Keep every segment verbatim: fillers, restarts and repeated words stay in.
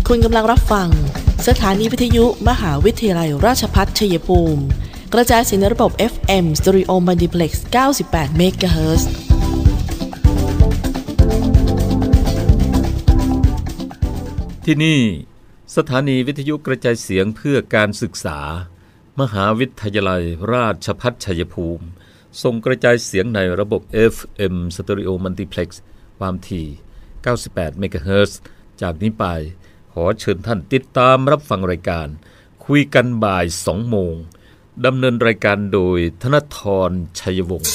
คุณกำลังรับฟังสถานีวิทยุมหาวิทยาลัยราชภัฏชัยภูมิกระจายเสียงในระบบ เอฟ เอ็ม Stereo Multiplex เก้าสิบแปด เมกะเฮิรตซ์ที่นี่สถานีวิทยุกระจายเสียงเพื่อการศึกษามหาวิทยาลัยราชภัฏชัยภูมิส่งกระจายเสียงในระบบ เอฟ เอ็ม Stereo Multiplex ความถี่เก้าสิบแปด เมกะเฮิรตซ์ จากนี้ไปขอเชิญท่านติดตามรับฟังรายการคุยกันบ่ายสองโมงดำเนินรายการโดยธนธรชัยวงศ์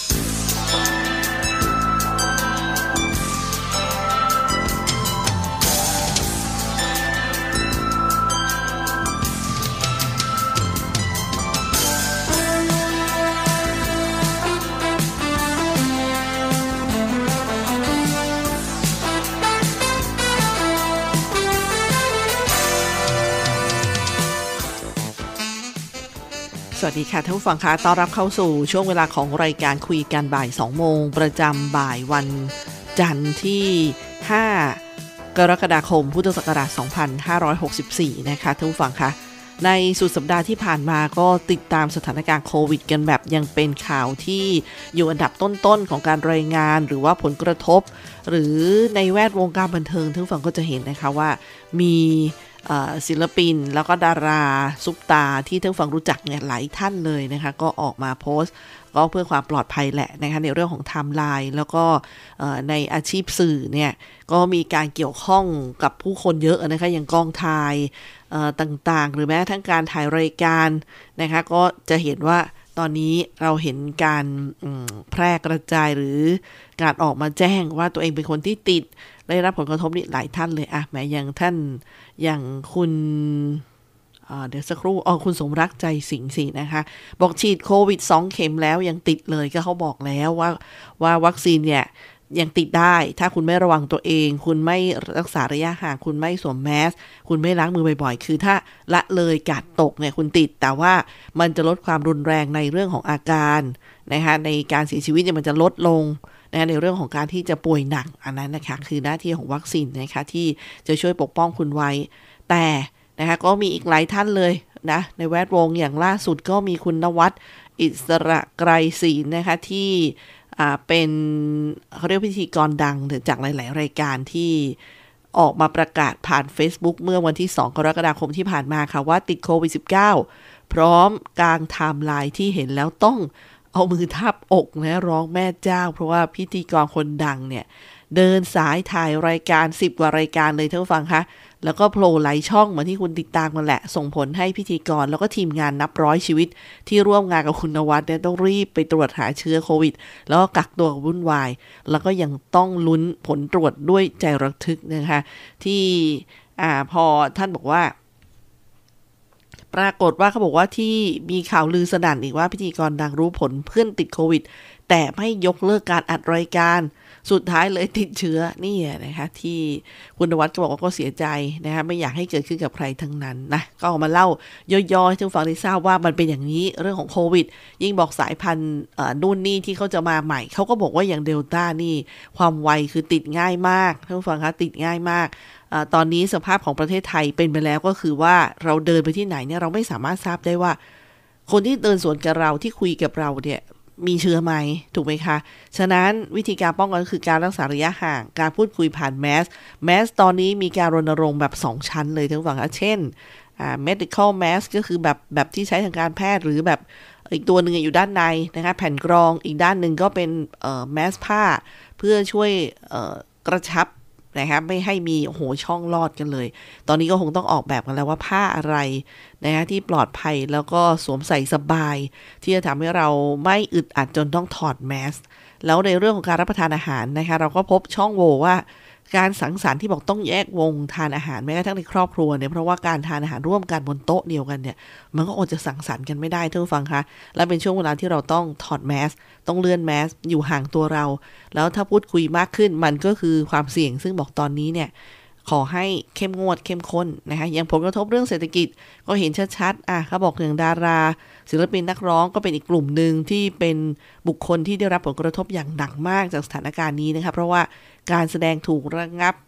สวัสดีค่ะท่านผู้ฟังคะต้อนรับเข้าสู่ช่วงเวลาของรายการคุยกันบ่ายสองโมงประจำบ่ายวันจันทร์ที่ห้ากรกฎาคมพุทธศักราชสองพันห้าร้อยหกสิบสี่นะคะท่านผู้ฟังคะในสุดสัปดาห์ที่ผ่านมาก็ติดตามสถานการณ์โควิดกันแบบยังเป็นข่าวที่อยู่อันดับต้นๆของการรายงานหรือว่าผลกระทบหรือในแวดวงการบันเทิงท่านผู้ฟังก็จะเห็นนะคะว่ามีศิลปินแล้วก็ดาราซุปตาที่ท่านฟังรู้จักเนี่ยหลายท่านเลยนะคะก็ออกมาโพสต์ก็เพื่อความปลอดภัยแหละนะคะในเรื่องของไทม์ไลน์แล้วก็ในอาชีพสื่อเนี่ยก็มีการเกี่ยวข้องกับผู้คนเยอะนะคะอย่างกองถ่ายต่างๆหรือแม้ทั้งการถ่ายรายการนะคะก็จะเห็นว่าตอนนี้เราเห็นการแพร่กระจายหรือการออกมาแจ้งว่าตัวเองเป็นคนที่ติดได้รับผลกระทบนี่หลายท่านเลยอะแม้อย่างท่านอย่างคุณเดี๋ยวสักครู่อ๋อคุณสมรักใจสิงห์สินะคะบอกฉีดโควิดสองเข็มแล้วยังติดเลยก็เขาบอกแล้วว่าว่าวัคซีนเนี่ยยังติดได้ถ้าคุณไม่ระวังตัวเองคุณไม่รักษาระยะห่างคุณไม่สวมแมสคุณไม่ล้างมือบ่อยๆคือถ้าละเลยกาดตกเนี่ยคุณติดแต่ว่ามันจะลดความรุนแรงในเรื่องของอาการนะคะในการเสียชีวิตเนี่ยมันจะลดลงในเรื่องของการที่จะป่วยหนักอันนั้นนะคะคือหน้าที่ของวัคซีนนะคะที่จะช่วยปกป้องคุณไว้แต่นะคะก็มีอีกหลายท่านเลยนะในแวดวงอย่างล่าสุดก็มีคุณนวัดอิสระไกรศรีนะคะที่อ่าเป็นเขาเรียกพิธีกรดังจากหลายๆรายการที่ออกมาประกาศผ่าน Facebook เมื่อวันที่สองกรกฎาคมที่ผ่านมาค่ะว่าติดโควิด สิบเก้า พร้อมกลางไทม์ไลน์ที่เห็นแล้วต้องเอามือทับอกนะร้องแม่เจ้าเพราะว่าพิธีกรคนดังเนี่ยเดินสายถ่ายรายการสิบกว่ารายการเลยท่านผู้ฟังคะแล้วก็โผล่หลายช่องเหมือนที่คุณติดตามกันแหละส่งผลให้พิธีกรแล้วก็ทีมงานนับร้อยชีวิตที่ร่วมงานกับคุณนวัดเนี่ยต้องรีบไปตรวจหาเชื้อโควิดแล้วก็กักตัววุ่นวายแล้วก็ยังต้องลุ้นผลตรวจด้วยใจระทึกนะคะที่อ่าพอท่านบอกว่าปรากฏว่าเขาบอกว่าที่มีข่าวลือสนั่นอีกว่าพิธีกรดังรู้ผลเพื่อนติดโควิดแต่ไม่ยกเลิกการอัดรายการสุดท้ายเลยติดเชื้อนี่นะคะที่คุณนวัดก็บอกว่าก็เสียใจนะคะไม่อยากให้เกิดขึ้นกับใครทั้งนั้นนะก็ออกมาเล่าย่อๆให้ทุกฝั่งได้ทราบว่ามันเป็นอย่างนี้เรื่องของโควิดยิ่งบอกสายพันธุ์นู่นนี่ที่เขาจะมาใหม่เขาก็บอกว่าอย่างเดลต้านี่ความไวคือติดง่ายมากท่านผู้ฟังคะติดง่ายมากตอนนี้สภาพของประเทศไทยเป็นไปแล้วก็คือว่าเราเดินไปที่ไหนเนี่ยเราไม่สามารถทราบได้ว่าคนที่เดินสวนกับเราที่คุยกับเราเนี่ยมีเชื้อไหมถูกไหมคะฉะนั้นวิธีการป้องกันก็คือการรักษาระยะห่างการพูดคุยผ่านแมสแมสตอนนี้มีการรณรงค์แบบสองชั้นเลยทั้งฝั่งเช่นอ่า medical mask ก็คือแบบแบบที่ใช้ทางการแพทย์หรือแบบอีกตัวหนึ่งอยู่ด้านในนะคะแผ่นกรองอีกด้านหนึ่งก็เป็นเอ่อแมสผ้าเพื่อช่วยเอ่อกระชับนะคะไม่ให้มีโอ้โหช่องลอดกันเลยตอนนี้ก็คงต้องออกแบบกันแล้วว่าผ้าอะไรนะคะที่ปลอดภัยแล้วก็สวมใส่สบายที่จะทำให้เราไม่อึดอัดจนต้องถอดแมสแล้วในเรื่องของการรับประทานอาหารนะคะเราก็พบช่องโหว่ว่าการสังสรรค์ที่บอกต้องแยกวงทานอาหารแม้กระทั่งในครอบครัวเนี่ยเพราะว่าการทานอาหารร่วมกันบนโต๊ะเดียวกันเนี่ยมันก็อดจะสังสรรค์กันไม่ได้ท่านผู้ฟังคะและเป็นช่วงเวลาที่เราต้องถอดแมสต้องเลื่อนแมสอยู่ห่างตัวเราแล้วถ้าพูดคุยมากขึ้นมันก็คือความเสี่ยงซึ่งบอกตอนนี้เนี่ย ขอให้เข้มงวดเข้มข้นนะคะอย่างผลกระทบเรื่องเศรษฐกิจก็เห็นชัดๆอ่ะเขาบอกอย่างดาราศิลปินนักร้องก็เป็นอีกกลุ่มหนึ่งที่เป็นบุคคลที่ได้รับผลกระทบอย่างหนักมากจากสถานการณ์นี้นะคะเพราะว่าการแสดงถูกระงับ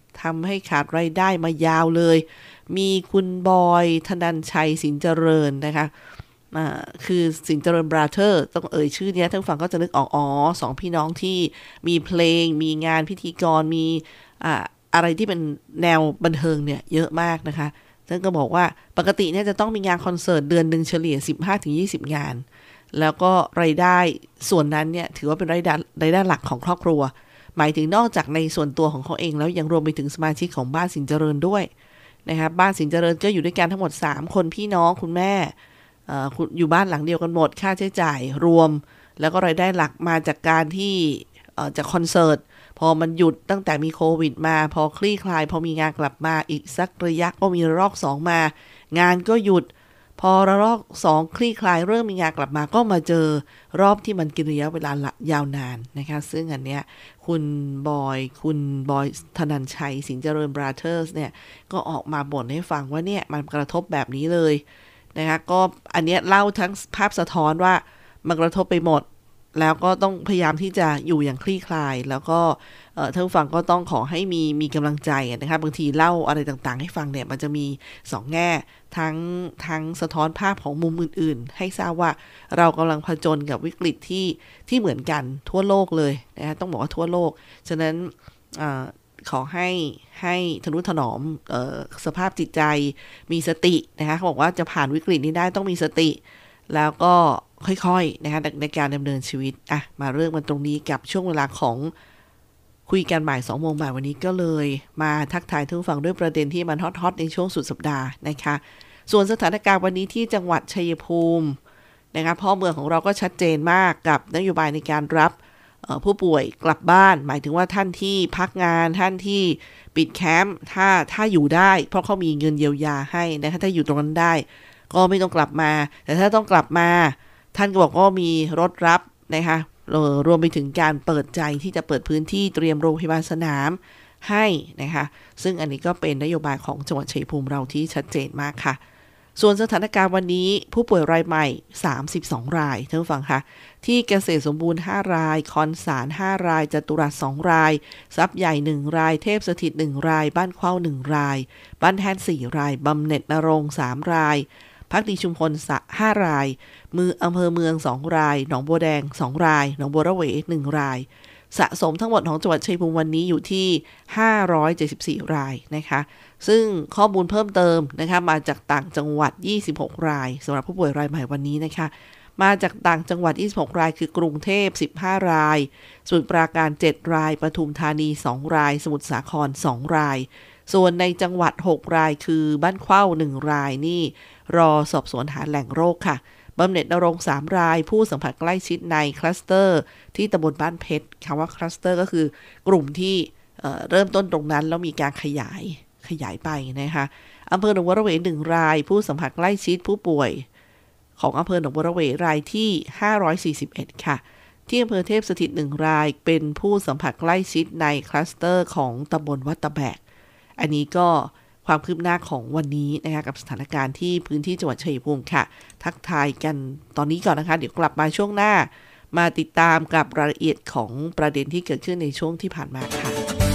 ทำให้ขาดรายได้มายาวเลยมีคุณบอยธนัญชัยสินเจริญนะคะอ่าคือสินเจริญบราเธอร์ต้องเอ่ยชื่อเนี้ยท่านฟังก็จะนึกออกอ๋อสองพี่น้องที่มีเพลงมีงานพิธีกรมีอ่าอะไรที่เป็นแนวบันเทิงเนี่ยเยอะมากนะคะท่านก็บอกว่าปกติเนี่ยจะต้องมีงานคอนเสิร์ตเดือนหนึ่งเฉลี่ย สิบห้าถึงยี่สิบ งานแล้วก็รายได้ส่วนนั้นเนี่ยถือว่าเป็นรายได้รายได้หลักของครอบครัวหมายถึงนอกจากในส่วนตัวของเขาเองแล้วยังรวมไปถึงสมาชิกของบ้านสินเจริญด้วยนะครับบ้านสินเจริญก็อยู่ด้วยกันทั้งหมดสามคนพี่น้องคุณแม่เอ่ออยู่บ้านหลังเดียวกันหมดค่าใช้จ่ายรวมแล้วก็รายได้หลักมาจากการที่เอ่อจากคอนเสิร์ตพอมันหยุดตั้งแต่มีโควิดมาพอคลี่คลายพอมีงานกลับมาอีกสักระยะก็มีระลอกสองมางานก็หยุดพอระลอกสองคลี่คลายเริ่มมีงานกลับมาก็มาเจอรอบที่มันกินระยะเวลายาวนานนะคะซึ่งอันเนี้ยคุณบอยคุณบอยธนัญชัยสินเจริญบราเธอร์สเนี่ยก็ออกมาบ่นให้ฟังว่าเนี่ยมันกระทบแบบนี้เลยนะคะก็อันเนี้ยเล่าทั้งภาพสะท้อนว่ามันกระทบไปหมดแล้วก็ต้องพยายามที่จะอยู่อย่างคลี่คลายแล้วก็ท่านผู้ฟังก็ต้องขอให้มีมีกำลังใจนะคะบางทีเล่าอะไรต่างๆให้ฟังเนี่ยมันจะมีสองแง่ทั้งทั้งสะท้อนภาพของมุมอื่นๆให้ทราบว่าเรากำลังผจญกับวิกฤตที่ที่เหมือนกันทั่วโลกเลยนะต้องบอกว่าทั่วโลกฉะนั้นขอให้ให้ทนุถนอมเอ่อสภาพจิตใจมีสตินะคะเขาบอกว่าจะผ่านวิกฤตนี้ได้ต้องมีสติแล้วก็ค่อยๆนะคะในการดำเนินชีวิตอ่ะมาเรื่องมันตรงนี้กับช่วงเวลาของคุยกันบ่ายสองโมงบ่ายวันนี้ก็เลยมาทักทายทุกฝั่งด้วยประเด็นที่มันฮอตๆในช่วงสุดสัปดาห์นะคะส่วนสถานการณ์วันนี้ที่จังหวัดชัยภูมินะคะพ่อเมืองของเราก็ชัดเจนมากกับนโยบายในการรับผู้ป่วยกลับบ้านหมายถึงว่าท่านที่พักงานท่านที่ปิดแคมป์ถ้าถ้าอยู่ได้เพราะเขามีเงินเยียวยาให้นะคะถ้าอยู่ตรงนั้นได้ก็ไม่ต้องกลับมาแต่ถ้าต้องกลับมาท่านก็บอกว่ามีรถรับนะคะรวมไปถึงการเปิดใจที่จะเปิดพื้นที่เตรียมโรงพยาบาลสนามให้นะคะซึ่งอันนี้ก็เป็นนโยบายของจังหวัดชัยภูมิเราที่ชัดเจนมากค่ะส่วนสถานการณ์วันนี้ผู้ป่วยรายใหม่สามสิบสองรายท่านผู้ฟังคะที่เกษตรสมบูรณ์ห้ารายคอนสารห้ารายจตุรัสสองรายทรัพย์ใหญ่หนึ่งรายเทพสถิตหนึ่งรายบ้านเข้าหนึ่งรายบ้านแท่นสี่รายบำเหน็จนรงค์สามรายพักดีชุมพลห้ารายมืออำเภอเมืองสองรายหนองบัวแดงสองรายหนองบัวระเวหนึ่งรายสะสมทั้งหมดของจังหวัดชัยภูมิวันนี้อยู่ที่ห้าร้อยเจ็ดสิบสี่รายนะคะซึ่งข้อมูลเพิ่มเติมนะคะมาจากต่างจังหวัดยี่สิบหกรายสำหรับผู้ป่วยรายใหม่วันนี้นะคะมาจากต่างจังหวัดยี่สิบหกรายคือกรุงเทพสิบห้ารายสมุทรปราการเจ็ดรายปทุมธานีสองรายสมุทรสาครสองรายส่วนในจังหวัดหกรายคือบ้านเข้าหนึ่งรายนี่รอสอบสวนหาแหล่งโรคค่ะบำเหน็จนรงค์สามรายผู้สัมผัสใกล้ชิดในคลัสเตอร์ที่ตำบลบ้านเพชรคำว่าคลัสเตอร์ก็คือกลุ่มที่เอ่อเริ่มต้นตรงนั้นแล้วมีการขยายขยายไปนะคะอำเภอหนองบัวระเวหนึ่งรายผู้สัมผัสใกล้ชิดผู้ป่วยของอำเภอหนองบัวระเวรายที่ห้าร้อยสี่สิบเอ็ดค่ะที่อำเภอเทพสถิตหนึ่งรายเป็นผู้สัมผัสใกล้ชิดในคลัสเตอร์ของตำบลวัดตะแบกอันนี้ก็ความคืบหน้าของวันนี้นะคะกับสถานการณ์ที่พื้นที่จังหวัดชัยภูมิค่ะทักทายกันตอนนี้ก่อนนะคะเดี๋ยวกลับมาช่วงหน้ามาติดตามกับรายละเอียดของประเด็นที่เกิดขึ้นในช่วงที่ผ่านมาค่ะ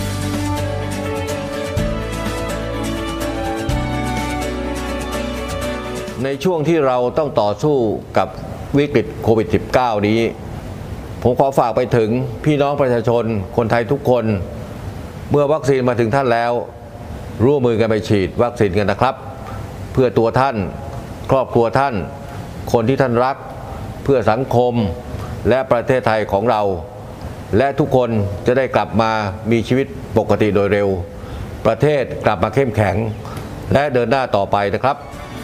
ในช่วงที่เราต้องต่อสู้กับวิกฤตโควิด สิบเก้า นี้ผมขอฝากไปถึงพี่น้องประชาชนคนไทยทุกคนเมื่อวัคซีนมาถึงท่านแล้วร่วมมือกันไปฉีดวัคซีนกันนะครับเพื่อตัวท่านครอบครัวท่านคนที่ท่านรักเพื่อสังคมและประเทศไทยของเราและทุกคนจะได้กลับมามีชีวิตปกติโดยเร็วประเทศกลับมาเข้มแข็งและเดินหน้าต่อไปนะครับ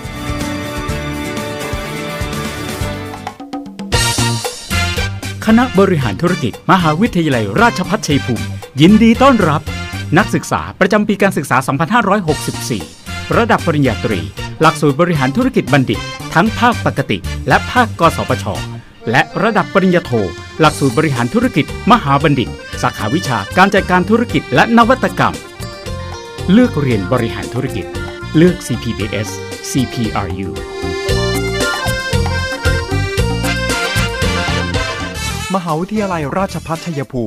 คณะบริหารธุรกิจมหาวิทยาลัยราชภัฏชัยภูมิยินดีต้อนรับนักศึกษาประจำปีการศึกษา สองพันห้าร้อยหกสิบสี่ ระดับปริญญาตรีหลักสูตรบริหารธุรกิจบัณฑิตทั้งภาคปกติและภาคกสปช.และระดับปริญญาโทหลักสูตรบริหารธุรกิจมหาบัณฑิตสาขาวิชาการจัดการธุรกิจและนวัตกรรมเลือกเรียนบริหารธุรกิจเลือก ซี พี บี เอส ซี พี อาร์ ยูมหาวิทยาลัยราชภัฏชัยภูมิ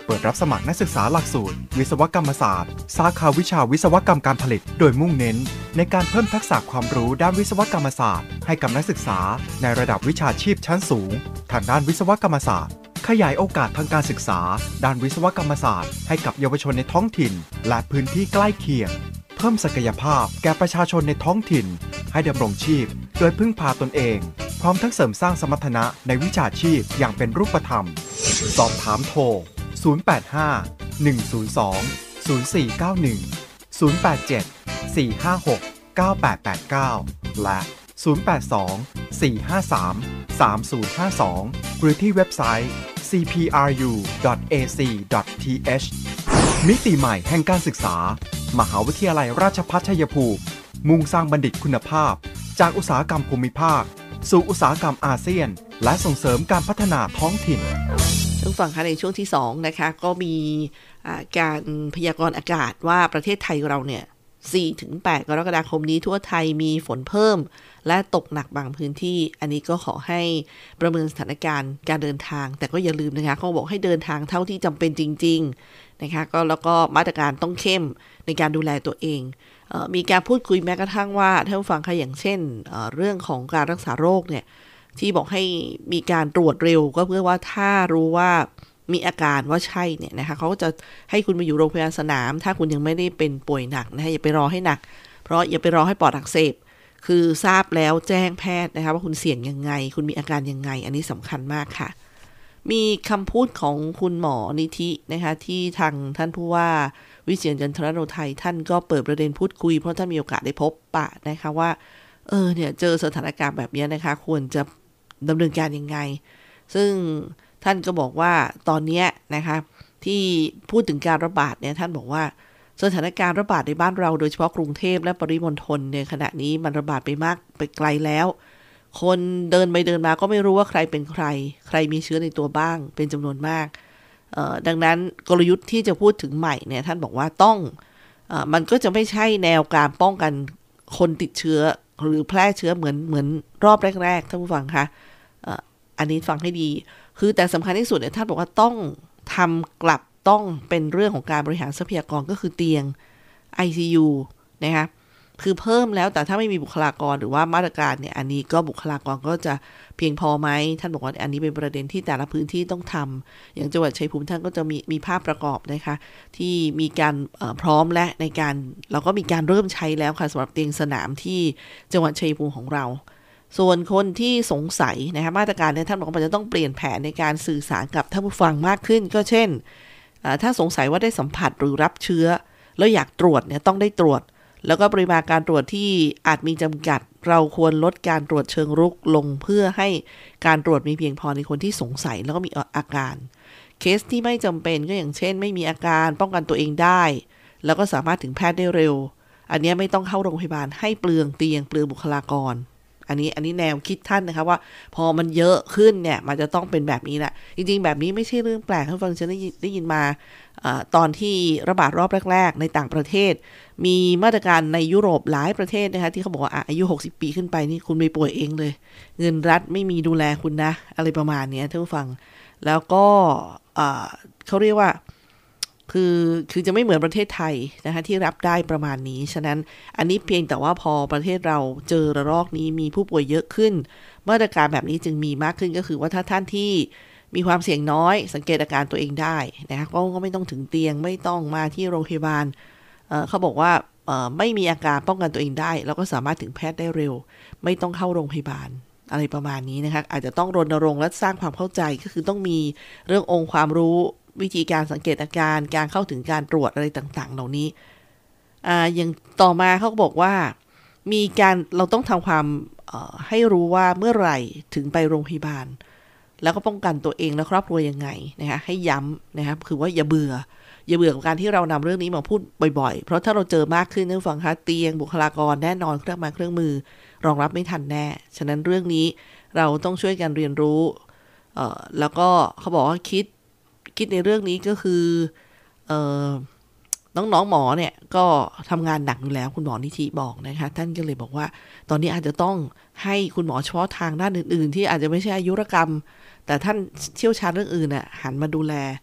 เปิดรับสมัครนักศึกษาหลักสูตรวิศวกรรมศาสตร์สาขาวิชาวิศวกรรมการผลิตโดยมุ่งเน้นในการเพิ่มทักษะความรู้ด้านวิศวกรรมศาสตร์ให้กับนักศึกษาในระดับวิชาชีพชั้นสูงทางด้านวิศวกรรมศาสตร์ขยายโอกาสทางการศึกษาด้านวิศวกรรมศาสตร์ให้กับเยาวชนในท้องถิ่นและพื้นที่ใกล้เคียงเพิ่มศักยภาพแก่ประชาชนในท้องถิ่นให้ดำรงชีพโดยพึ่งพาตนเองพร้อมทั้งเสริมสร้างสมรรถนะในวิชาชีพอย่างเป็นรูปธรรมสอบถามโทรศูนย์ แปด ห้า หนึ่ง ศูนย์ สอง ศูนย์ สี่ เก้า หนึ่ง ศูนย์ แปด เจ็ด สี่ ห้า หก เก้า แปด แปด เก้าและศูนย์ แปด สอง สี่ ห้า สาม สาม ศูนย์ ห้า สองหรือที่เว็บไซต์ ซี พี อาร์ ยู ดอท เอ ซี ดอท ที เอช มิติใหม่แห่งการศึกษามหาวิทยาลัยราชภัฏชัยภูมิมุ่งสร้างบัณฑิตคุณภาพจากอุตสาหกรรมภูมิภาคสู่อุตสาหกรรมอาเซียนและส่งเสริมการพัฒนาท้องถิ่นทุกฝั่งค่ะในช่วงที่สองนะคะก็มีการพยากรณ์อากาศว่าประเทศไทยเราเนี่ย สี่ถึงแปด กรกฎาคมนี้ทั่วไทยมีฝนเพิ่มและตกหนักบางพื้นที่อันนี้ก็ขอให้ประเมินสถานการณ์การเดินทางแต่ก็อย่าลืมนะคะเขาบอกให้เดินทางเท่าที่จำเป็นจริงๆนะคะก็แล้วก็มาตรการต้องเข้มในการดูแลตัวเองเอ่อมีการพูดคุยแม้กระทั่งว่าท่านผู้ฟังค่ะอย่างเช่นเอ่อเรื่องของการรักษาโรคเนี่ยที่บอกให้มีการตรวจเร็วก็เพื่อว่าถ้ารู้ว่ามีอาการว่าใช่เนี่ยนะคะเขาก็จะให้คุณมาอยู่โรงพยาบาลสนามถ้าคุณยังไม่ได้เป็นป่วยหนักนะคะอย่าไปรอให้หนักเพราะอย่าไปรอให้ปอดอักเสบคือทราบแล้วแจ้งแพทย์นะคะว่าคุณเสี่ยงยังไงคุณมีอาการยังไงอันนี้สำคัญมากค่ะมีคำพูดของคุณหมอนิธินะคะที่ทางท่านผู้ว่าวิเชียรจันทรโนไทยท่านก็เปิดประเด็นพูดคุยเพราะท่านมีโอกาสได้พบปะนะคะว่าเออเนี่ยเจอสถานการณ์แบบนี้นะคะควรจะดำเนินการยังไงซึ่งท่านก็บอกว่าตอนนี้นะคะที่พูดถึงการระบาดเนี่ยท่านบอกว่าสถานการณ์ระบาดในบ้านเราโดยเฉพาะกรุงเทพและปริมณฑลเนี่ยขณะนี้มันระบาดไปมากไปไกลแล้วคนเดินไปเดินมาก็ไม่รู้ว่าใครเป็นใครใครมีเชื้อในตัวบ้างเป็นจำนวนมากเอ่อดังนั้นกลยุทธ์ที่จะพูดถึงใหม่เนี่ยท่านบอกว่าต้องเอ่อมันก็จะไม่ใช่แนวการป้องกันคนติดเชื้อหรือแพร่เชื้อเหมือนเหมือนรอบแรกๆท่านผู้ฟังคะเอ่ออันนี้ฟังให้ดีคือแต่สำคัญที่สุดเนี่ยท่านบอกว่าต้องทำกลับต้องเป็นเรื่องของการบริหารทรัพยากรก็คือเตียง ไอ ซี ยู นะคะคือเพิ่มแล้วแต่ถ้าไม่มีบุคลากรหรือว่ามาตรการเนี่ยอันนี้ก็บุคลากรก็จะเพียงพอไหมท่านบอกว่าอันนี้เป็นประเด็นที่แต่ละพื้นที่ต้องทำอย่างจังหวัดชัยภูมิท่านก็จะมีมีภาพประกอบนะคะที่มีการพร้อมและในการเราก็มีการเริ่มใช้แล้วค่ะสำหรับเตียงสนามที่จังหวัดชัยภูมิของเราส่วนคนที่สงสัยนะคะมาตรการเนี่ยท่านบอกว่ามันจะต้องเปลี่ยนแผนในการสื่อสารกับท่านผู้ฟังมากขึ้นก็เช่นถ้าสงสัยว่าได้สัมผัสหรือรับเชื้อแล้วอยากตรวจเนี่ยต้องได้ตรวจแล้วก็ปริมาณการตรวจที่อาจมีจำกัดเราควรลดการตรวจเชิงรุกลงเพื่อให้การตรวจมีเพียงพอในคนที่สงสัยแล้วก็มีอาการเคสที่ไม่จำเป็นก็อย่างเช่นไม่มีอาการป้องกันตัวเองได้แล้วก็สามารถถึงแพทย์ได้เร็วอันนี้ไม่ต้องเข้าโรงพยาบาลให้เปลืองเตียงเปลืองบุคลากรอันนี้อันนี้แนวคิดท่านนะคะว่าพอมันเยอะขึ้นเนี่ยมันจะต้องเป็นแบบนี้แหละจริงๆแบบนี้ไม่ใช่เรื่องแปลกท่านฟังฉันได้ยินได้ยินมาอตอนที่ระบาดรอบแรกๆในต่างประเทศมีมาตรการในยุโรปหลายประเทศนะคะที่เขาบอกว่าอายุหกสิบปีขึ้นไปนี่คุณไม่ป่วยเองเลยเงินรัฐไม่มีดูแลคุณนะอะไรประมาณนี้ท่านผู้ฟังแล้วก็เขาเรียกว่าคือคือจะไม่เหมือนประเทศไทยนะคะที่รับได้ประมาณนี้ฉะนั้นอันนี้เพียงแต่ว่าพอประเทศเราเจอระลอกนี้มีผู้ป่วยเยอะขึ้นมาตรการแบบนี้จึงมีมากขึ้นก็คือว่าถ้าท่านที่มีความเสี่ยงน้อยสังเกตอาการตัวเองได้นะคะก็ก็ไม่ต้องถึงเตียงไม่ต้องมาที่โรงพยาบาล เอ่อเขาบอกว่าเอ่อไม่มีอาการป้องกันตัวเองได้แล้วก็สามารถถึงแพทย์ได้เร็วไม่ต้องเข้าโรงพยาบาลอะไรประมาณนี้นะคะอาจจะต้องรณรงค์และสร้างความเข้าใจก็คือต้องมีเรื่ององค์ความรู้วิธีการสังเกตอาการการเข้าถึงการตรวจอะไรต่างๆเหล่านี้อ่าอย่างต่อมาเขาก็บอกว่ามีการเราต้องทำความเอ่อให้รู้ว่าเมื่อไหร่ถึงไปโรงพยาบาลแล้วก็ป้องกันตัวเองและครอบครัวยังไงนะคะให้ย้ำนะครับคือว่าอย่าเบื่ออย่าเบื่อกับการที่เรานำเรื่องนี้มาพูดบ่อยๆเพราะถ้าเราเจอมากขึ้นท่านฟังคะเตียงบุคลากรแน่นอนเครื่องไม้เครื่องมือรองรับไม่ทันแน่ฉะนั้นเรื่องนี้เราต้องช่วยกันเรียนรู้เอ่อแล้วก็เขาบอกว่าคิดคิดในเรื่องนี้ก็คือเอ่อน้องๆหมอเนี่ยก็ทำงานหนักอยู่แล้วคุณหมอนิธิบอกนะคะท่านก็เลยบอกว่าตอนนี้อาจจะต้องให้คุณหมอเฉพาะทางด้านอื่นๆที่อาจจะไม่ใช่อายุรกรรมแต่ท่านเชี่ยวชาญเรื่องอื่นน่ะหันมาดูแล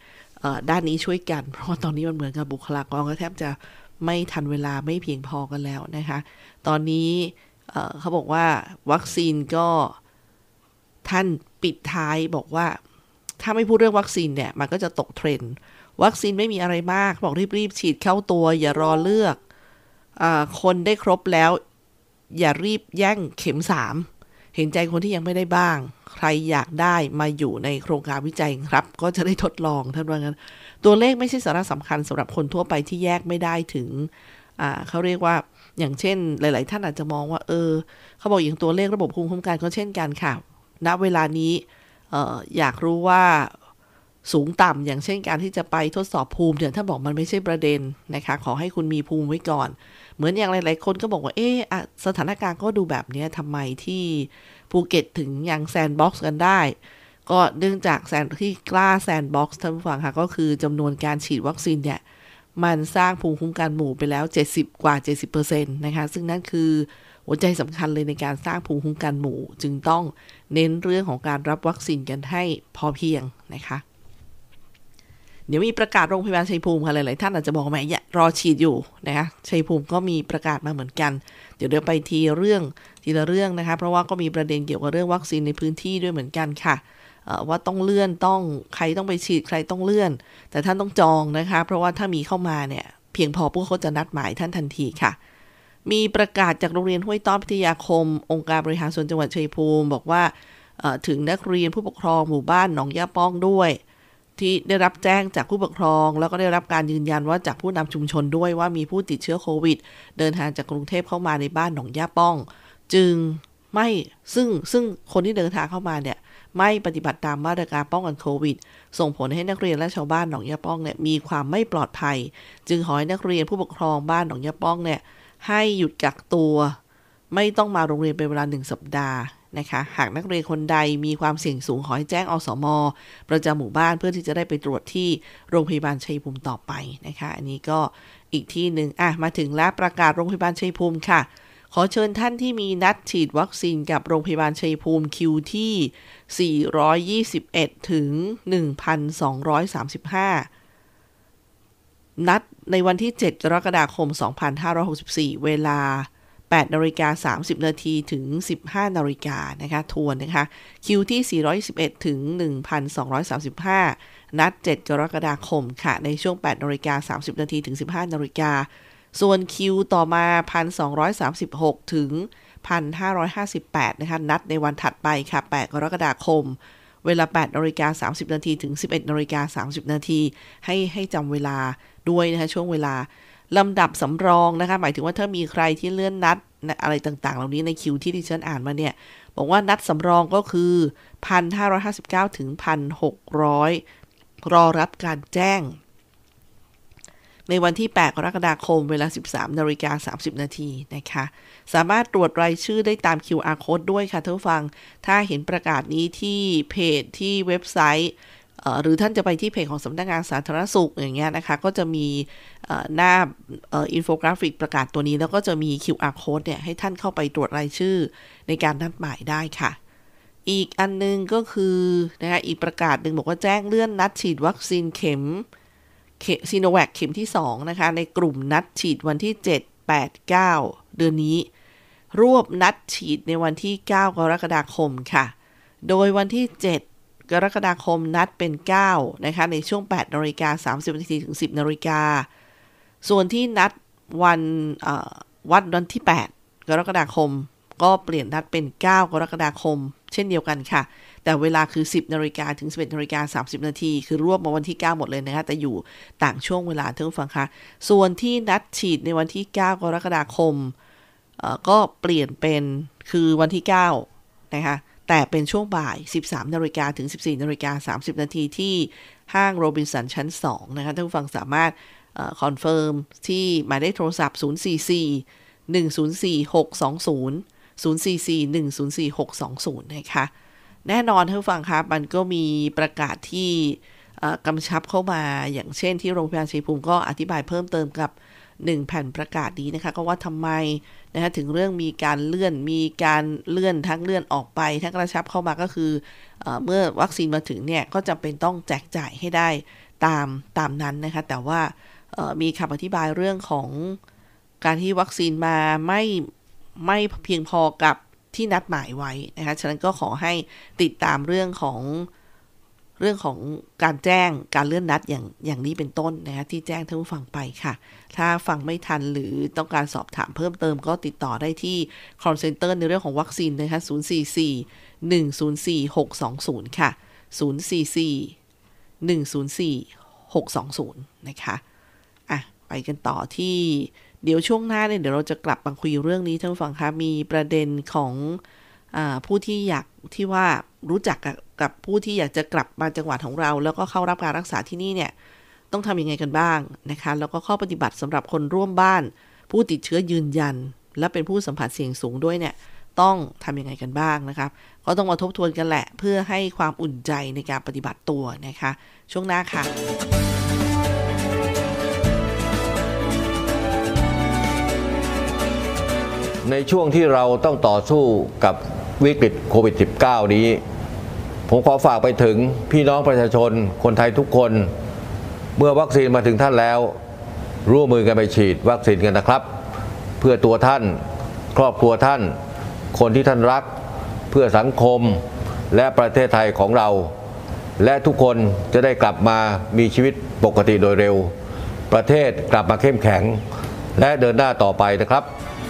ด้านนี้ช่วยกันเพราะว่าตอนนี้มันเหมือนกับบุคลากรก็แทบจะไม่ทันเวลาไม่เพียงพอกันแล้วนะคะตอนนี้เอ่อเขาบอกว่าวัคซีนก็ท่านปิดท้ายบอกว่าถ้าไม่พูดเรื่องวัคซีนเนี่ยมันก็จะตกเทรนด์วัคซีนไม่มีอะไรมากบอกรีบๆฉีดเข้าตัวอย่ารอเลือกอ่าคนได้ครบแล้วอย่ารีบแย่งเข็มสามเห็นใจคนที่ยังไม่ได้บ้างใครอยากได้มาอยู่ในโครงการวิจัยครับก็จะได้ทดลองท่านว่างั้นตัวเลขไม่ใช่สาระสำคัญสำหรับคนทั่วไปที่แยกไม่ได้ถึงอ่าเขาเรียกว่าอย่างเช่นหลายๆท่านอาจจะมองว่าเออเขาบอกอย่างตัวเลขระบบภูมิคุ้มกันก็เช่นกันค่ะณเวลานี้เอ่ออยากรู้ว่าสูงต่ำอย่างเช่นการที่จะไปทดสอบภูมิเนี่ยถ้าบอกมันไม่ใช่ประเด็นนะคะขอให้คุณมีภูมิไว้ก่อนเหมือนอย่างหลายๆคนก็บอกว่าเออสถานการณ์ก็ดูแบบนี้ทำไมที่ภูเก็ตถึงยังแซนด์บ็อกซ์กันได้ก็เนื่องจากแซนที่กล้าแซนด์บ็อกซ์ท่านผู้ฟังค่ะก็คือจำนวนการฉีดวัคซีนเนี่ยมันสร้างภูมิคุ้มกันหมู่ไปแล้วเจ็ดสิบกว่า เจ็ดสิบเปอร์เซ็นต์ นะคะซึ่งนั่นคือหัวใจสำคัญเลยในการสร้างภูมิคุ้มกันหมู่จึงต้องเน้นเรื่องของการรับวัคซีนกันให้พอเพียงนะคะเดี๋ยวมีประกาศโรงพยาบาลชัยภูมิค่ะหลายๆท่านอาจจะบอกว่าแหมรอฉีดอยู่นะคะชัยภูมิก็มีประกาศมาเหมือนกันเดี๋ยวเดี๋ยวไปทีเรื่องทีละเรื่องนะคะเพราะว่าก็มีประเด็นเกี่ยวกับเรื่องวัคซีนในพื้นที่ด้วยเหมือนกันค่ะว่าต้องเลื่อนต้องใครต้องไปฉีดใครต้องเลื่อนแต่ท่านต้องจองนะคะเพราะว่าถ้ามีเข้ามาเนี่ยเพียงพอพวกเขาจะนัดหมายท่านทันทีค่ะมีประกาศจากโรงเรียนห้วยต้อนพิทยาคมองค์การบริหารส่วนจังหวัดชัยภูมิบอกว่าถึงนักเรียนผู้ปกครองหมู่บ้านหนองย่าป้องด้วยที่ได้รับแจ้งจากผู้ปกครองแล้วก็ได้รับการยืนยันว่าจากผู้นำชุมชนด้วยว่ามีผู้ติดเชื้อโควิดเดินทางจากกรุงเทพเข้ามาในบ้านหนองย่าป้องจึงไม่ซึ่งซึ่งคนที่เดินทางเข้ามาเนี่ยไม่ปฏิบัติตามมาตรการป้องกันโควิดส่งผลให้นักเรียนและชาวบ้านหนองย่าป้องเนี่ยมีความไม่ปลอดภัยจึงขอให้นักเรียนผู้ปกครองบ้านหนองย่าป้องเนี่ยให้หยุดกักตัวไม่ต้องมาโรงเรียนเป็นเวลาหนึ่งสัปดาห์นะคะหากนักเรียนคนใดมีความเสี่ยงสูงขอให้แจ้งอสม.ประจำหมู่บ้านเพื่อที่จะได้ไปตรวจที่โรงพยาบาลชัยภูมิต่อไปนะคะอันนี้ก็อีกที่หนึ่งอ่ะมาถึงแล้วประกาศโรงพยาบาลชัยภูมิค่ะขอเชิญท่านที่มีนัดฉีดวัคซีนกับโรงพยาบาลชัยภูมิคิวที่สี่ร้อยยี่สิบเอ็ดถึง หนึ่งพันสองร้อยสามสิบห้า นัดในวันที่เจ็ดกรกฎาคมสองพันห้าร้อยหกสิบสี่เวลาแปดนาฬิกาสามสิบนาทีถึงสิบห้านาฬิกานะคะทวนนะคะคิวที่สี่ร้อยยี่สิบเอ็ดถึง หนึ่งพันสองร้อยสามสิบห้า นัดเจ็ดกรกฎาคมค่ะในช่วงแปดนาฬิกาสามสิบนาทีถึงสิบห้านาฬิกาส่วนคิวต่อมา หนึ่งพันสองร้อยสามสิบหก ถึง หนึ่งพันห้าร้อยห้าสิบแปด นะคะนัดในวันถัดไปค่ะแปดกรกฎาคมเวลาแปดนาฬิกาสามสิบนาทีถึงสิบเอ็ดนาฬิกาสามสิบนาทีให้ให้จำเวลาด้วยนะคะช่วงเวลาลำดับสำรองนะคะหมายถึงว่าถ้ามีใครที่เลื่อนนัดอะไรต่างๆเหล่านี้ในคิวที่ดิฉันอ่านมาเนี่ยบอกว่านัดสำรองก็คือ หนึ่งพันห้าร้อยห้าสิบเก้า ถึง หนึ่งพันหกร้อย รอรับการแจ้งในวันที่แปดกรกฎาคมเวลา สิบสามนาฬิกาสามสิบนาทีนะคะสามารถตรวจรายชื่อได้ตาม คิว อาร์ Code ด้วยค่ะท่านผู้ฟังถ้าเห็นประกาศนี้ที่เพจที่เว็บไซต์หรือท่านจะไปที่เพจของสำนักงานสาธารณสุขอย่างเงี้ยนะคะก็จะมีหน้าอินโฟกราฟิกประกาศตัวนี้แล้วก็จะมี คิว อาร์ Code เนี่ยให้ท่านเข้าไปตรวจรายชื่อในการนัดหมายได้ค่ะอีกอันนึงก็คือนะคะอีกประกาศหนึ่งบอกว่าแจ้งเลื่อนนัดฉีดวัคซีนเข็มซีโนแวคเข็มที่สองนะคะในกลุ่มนัดฉีดวันที่เจ็ด แปด เก้าเดือนนี้รวบนัดฉีดในวันที่เก้ากรกฎาคมค่ะโดยวันที่เจ็ดกรกฎาคมนัดเป็นเก้านะคะในช่วงแปดนาฬิกาสามสิบนาทีถึงสิบนาฬิกาส่วนที่นัดวันวัดวันที่แปดกรกฎาคมก็เปลี่ยนนัดเป็นเก้ากรกฎาคมเช่นเดียวกันค่ะแต่เวลาคือสิบนาฬิกาถึงสิบเอ็ดนาฬิกาสามสิบนาทีคือรวบมาวันที่เก้าหมดเลยนะคะแต่อยู่ต่างช่วงเวลาท่านผู้ฟังคะส่วนที่นัดฉีดในวันที่เก้ากรกฎาคมก็เปลี่ยนเป็นคือวันที่เก้านะคะแต่เป็นช่วงบ่าย สิบสามนาฬิกาถึง สิบสี่นาฬิกาสามสิบนาทีที่ห้างโรบินสันชั้นสองนะคะท่านผู้ฟังสามารถคอนเฟิร์มที่หมายเลขโทรศัพท์ศูนย์ สี่ สี่ หนึ่ง ศูนย์ สี่ หก สอง ศูนย์ ศูนย์ สี่ สี่ หนึ่ง ศูนย์ สี่ หก สอง ศูนย์นะคะแน่นอนท่านผู้ฟังครับมันก็มีประกาศที่กำชับเข้ามาอย่างเช่นที่โรงพยาบาลชัยภูมิก็อธิบายเพิ่มเติมกับหนึ่งแผ่นประกาศนี้นะคะก็ว่าทำไมนะคะถึงเรื่องมีการเลื่อนมีการเลื่อนทั้งเลื่อนออกไปทั้งกระชับเข้ามาก็คือเอ่อเมื่อวัคซีนมาถึงเนี่ยก็จำเป็นต้องแจกจ่ายให้ได้ตามตามนั้นนะคะแต่ว่ามีคำอธิบายเรื่องของการที่วัคซีนมาไม่ไม่เพียงพอกับที่นัดหมายไว้นะคะฉะนั้นก็ขอให้ติดตามเรื่องของเรื่องของการแจ้งการเลื่อนนัดอย่างอย่างนี้เป็นต้นนะคะที่แจ้งท่านผู้ฟังไปค่ะถ้าฟังไม่ทันหรือต้องการสอบถามเพิ่มเติมก็ติดต่อได้ที่ call center ในเรื่องของวัคซีนนะคะศูนย์ สี่ สี่ หนึ่ง ศูนย์ สี่ หก สอง ศูนย์ค่ะศูนย์ สี่ สี่ หนึ่ง ศูนย์ สี่ หก สอง ศูนย์นะคะอ่ะไปกันต่อที่เดี๋ยวช่วงหน้าเนี่ยเดี๋ยวเราจะกลับมาคุยเรื่องนี้ท่านผู้ฟังคะมีประเด็นของอ่าผู้ที่อยากที่ว่ารู้จักกับกับผู้ที่อยากจะกลับมาจังหวัดของเราแล้วก็เข้ารับการรักษาที่นี่เนี่ยต้องทำยังไงกันบ้างนะคะแล้วก็ข้อปฏิบัติสำหรับคนร่วมบ้านผู้ติดเชื้อยืนยันและเป็นผู้สัมผัสเสี่ยงสูงด้วยเนี่ยต้องทำยังไงกันบ้างนะครับก็ต้องมาทบทวนกันแหละเพื่อให้ความอุ่นใจในการปฏิบัติตัวนะคะช่วงหน้าค่ะในช่วงที่เราต้องต่อสู้กับวิกฤตโควิด สิบเก้า นี้ผมขอฝากไปถึงพี่น้องประชาชนคนไทยทุกคนเมื่อวัคซีนมาถึงท่านแล้วร่วมมือกันไปฉีดวัคซีนกันนะครับเพื่อตัวท่านครอบครัวท่านคนที่ท่านรักเพื่อสังคมและประเทศไทยของเราและทุกคนจะได้กลับมามีชีวิตปกติโดยเร็วประเทศกลับมาเข้มแข็งและเดินหน้าต่อไปนะครับ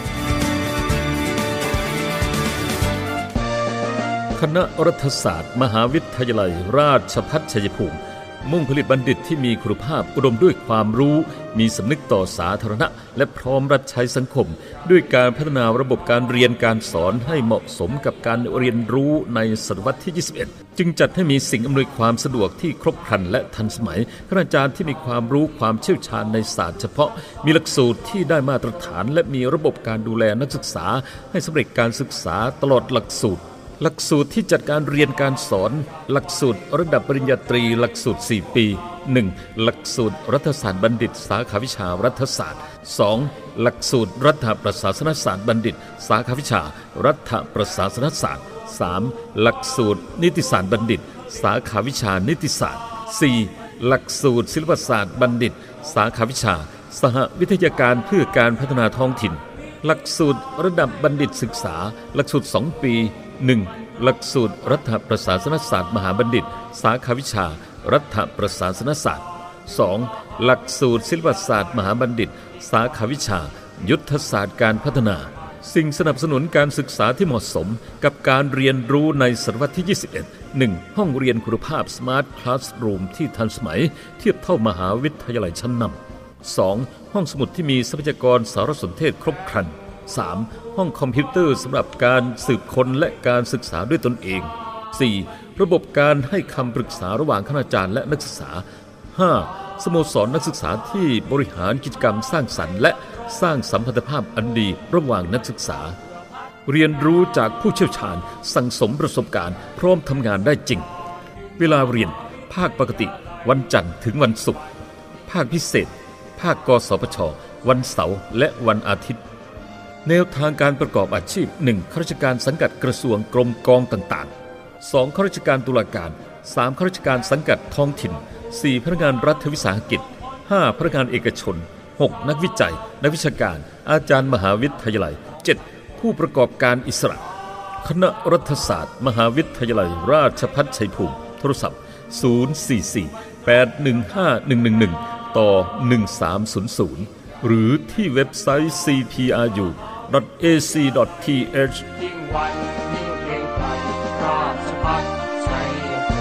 คณะรัฐศาสตร์มหาวิทยาลัยราชภัฏชัยภูมิมุ่งผลิตบัณฑิตที่มีคุณภาพอุดมด้วยความรู้มีสำนึกต่อสาธารณะและพร้อมรับใช้สังคมด้วยการพัฒนาระบบการเรียนการสอนให้เหมาะสมกับการเรียนรู้ในศตวรรษที่ ยี่สิบเอ็ด จึงจัดให้มีสิ่งอำนวยความสะดวกที่ครบครันและทันสมัยคณาจารย์ที่มีความรู้ความเชี่ยวชาญในศาสตร์เฉพาะมีหลักสูตรที่ได้มาตรฐานและมีระบบการดูแลนักศึกษาให้สำเร็จการศึกษาตลอดหลักสูตรหลักสูตรที่จัดการเรียนการสอนหลักสูตรระดับปริญญาตรีหลักสูตรสี่ปี หนึ่ง หลักสูตรรัฐศาสตร์บัณฑิตสาขาวิชารัฐศาสตร์ สอง หลักสูตรรัฐประศาสนศาสตร์บัณฑิตสาขาวิชารัฐประศาสนศาสตร์ สาม หลักสูตรนิติศาสตร์บัณฑิตสาขาวิชานิติศาสตร์ สี่ หลักสูตรศิลปศาสตร์บัณฑิตสาขาวิชาสหวิทยาการเพื่อการพัฒนาท้องถิ่นหลักสูตรระดับบัณฑิตศึกษาหลักสูตรสองปี หนึ่งหลักสูตรรัฐประศาสนศาสตร์มหาบัณฑิตสาขาวิชารัฐประศาสนศาสตร์ สอง หลักสูตรศิลปศาสตร์มหาบัณฑิตสาขาวิชายุทธศาสตร์การพัฒนาสิ่งสนับสนุนการศึกษาที่เหมาะสมกับการเรียนรู้ในศตวรรษที่ ยี่สิบเอ็ด หนึ่ง ห้องเรียนคุณภาพ Smart Classroom ที่ทันสมัยเทียบเท่ามหาวิทยาลัยชั้นนำ สอง ห้องสมุดที่มีทรัพยากรสารสนเทศครบครันสาม ห้องคอมพิวเตอร์สำหรับการสืบค้นและการศึกษาด้วยตนเอง สี่ ระบบการให้คำปรึกษาระหว่างคณาจารย์และนักศึกษา ห้า สโมสรนักศึกษาที่บริหารกิจกรรมสร้างสรรค์และสร้างสัมพันธภาพอันดีระหว่างนักศึกษาเรียนรู้จากผู้เชี่ยวชาญสั่งสมประสบการณ์พร้อมทำงานได้จริงเวลาเรียนภาคปกติวันจันทร์ถึงวันศุกร์ภาคพิเศษภาคกสพชวันเสาร์และวันอาทิตย์แนวทางการประกอบอาชีพ หนึ่ง ข้าราชการสังกัดกระทรวงกรมกองต่างๆ สอง ข้าราชการตุลาการ สาม ข้าราชการสังกัดท้องถิ่น สี่ พนักงานรัฐวิสาหกิจ ห้า พนักงานเอกชน หก นักวิจัยนักวิชาการอาจารย์มหาวิทยาลัย เจ็ด ผู้ประกอบการอิสระคณะรัฐศาสตร์มหาวิทยาลัยราชภัฏชัยภูมิโทรศัพท์ศูนย์ สี่ สี่ แปด หนึ่ง ห้า หนึ่ง หนึ่ง หนึ่งต่อหนึ่งสามศูนย์ศูนย์หรือที่เว็บไซต์ ซี พี อาร์ ยู ดอท เอ ซี ดอท ที เอช ยิ่งวันยิ่งเก่งไกลราชภัฏชัย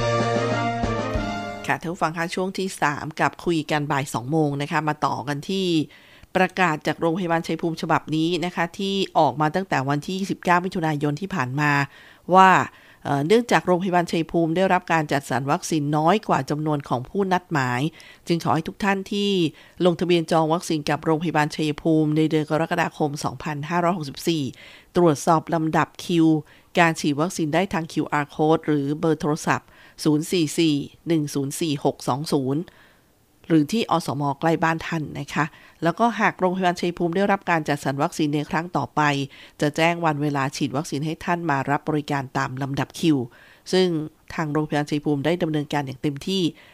ค่ะท่านผู้ฟังคะช่วงที่สามกับคุยกันบ่ายสองโมงนะคะมาต่อกันที่ประกาศจากโรงพยาบาลชัยภูมิฉบับนี้นะคะที่ออกมาตั้งแต่วันที่ยี่สิบเก้ามิถุนายนที่ผ่านมาว่าเนื่องจากโรงพยาบาลชัยภูมิได้รับการจัดสรรวัคซีนน้อยกว่าจำนวนของผู้นัดหมายจึงขอให้ทุกท่านที่ลงทะเบียนจองวัคซีนกับโรงพยาบาลชัยภูมิในเดือนกรกฎาคมสองพันห้าร้อยหกสิบสี่ตรวจสอบลำดับคิวการฉีดวัคซีนได้ทาง คิว อาร์ Code หรือเบอร์โทรศัพท์ศูนย์ สี่ สี่ หนึ่ง ศูนย์ สี่ หก สอง ศูนย์หรือที่อสม.ใกล้บ้านท่านนะคะแล้วก็หากโรงพยาบาลชัยภูมิได้รับการจัดสรรวัคซีนในครั้งต่อไปจะแจ้งวันเวลาฉีดวัคซีนให้ท่านมารับบริการตามลำดับคิวซึ่งทางโรงพยาบาลชัยภูมิได้ดำเนินการอย่างเต็มที่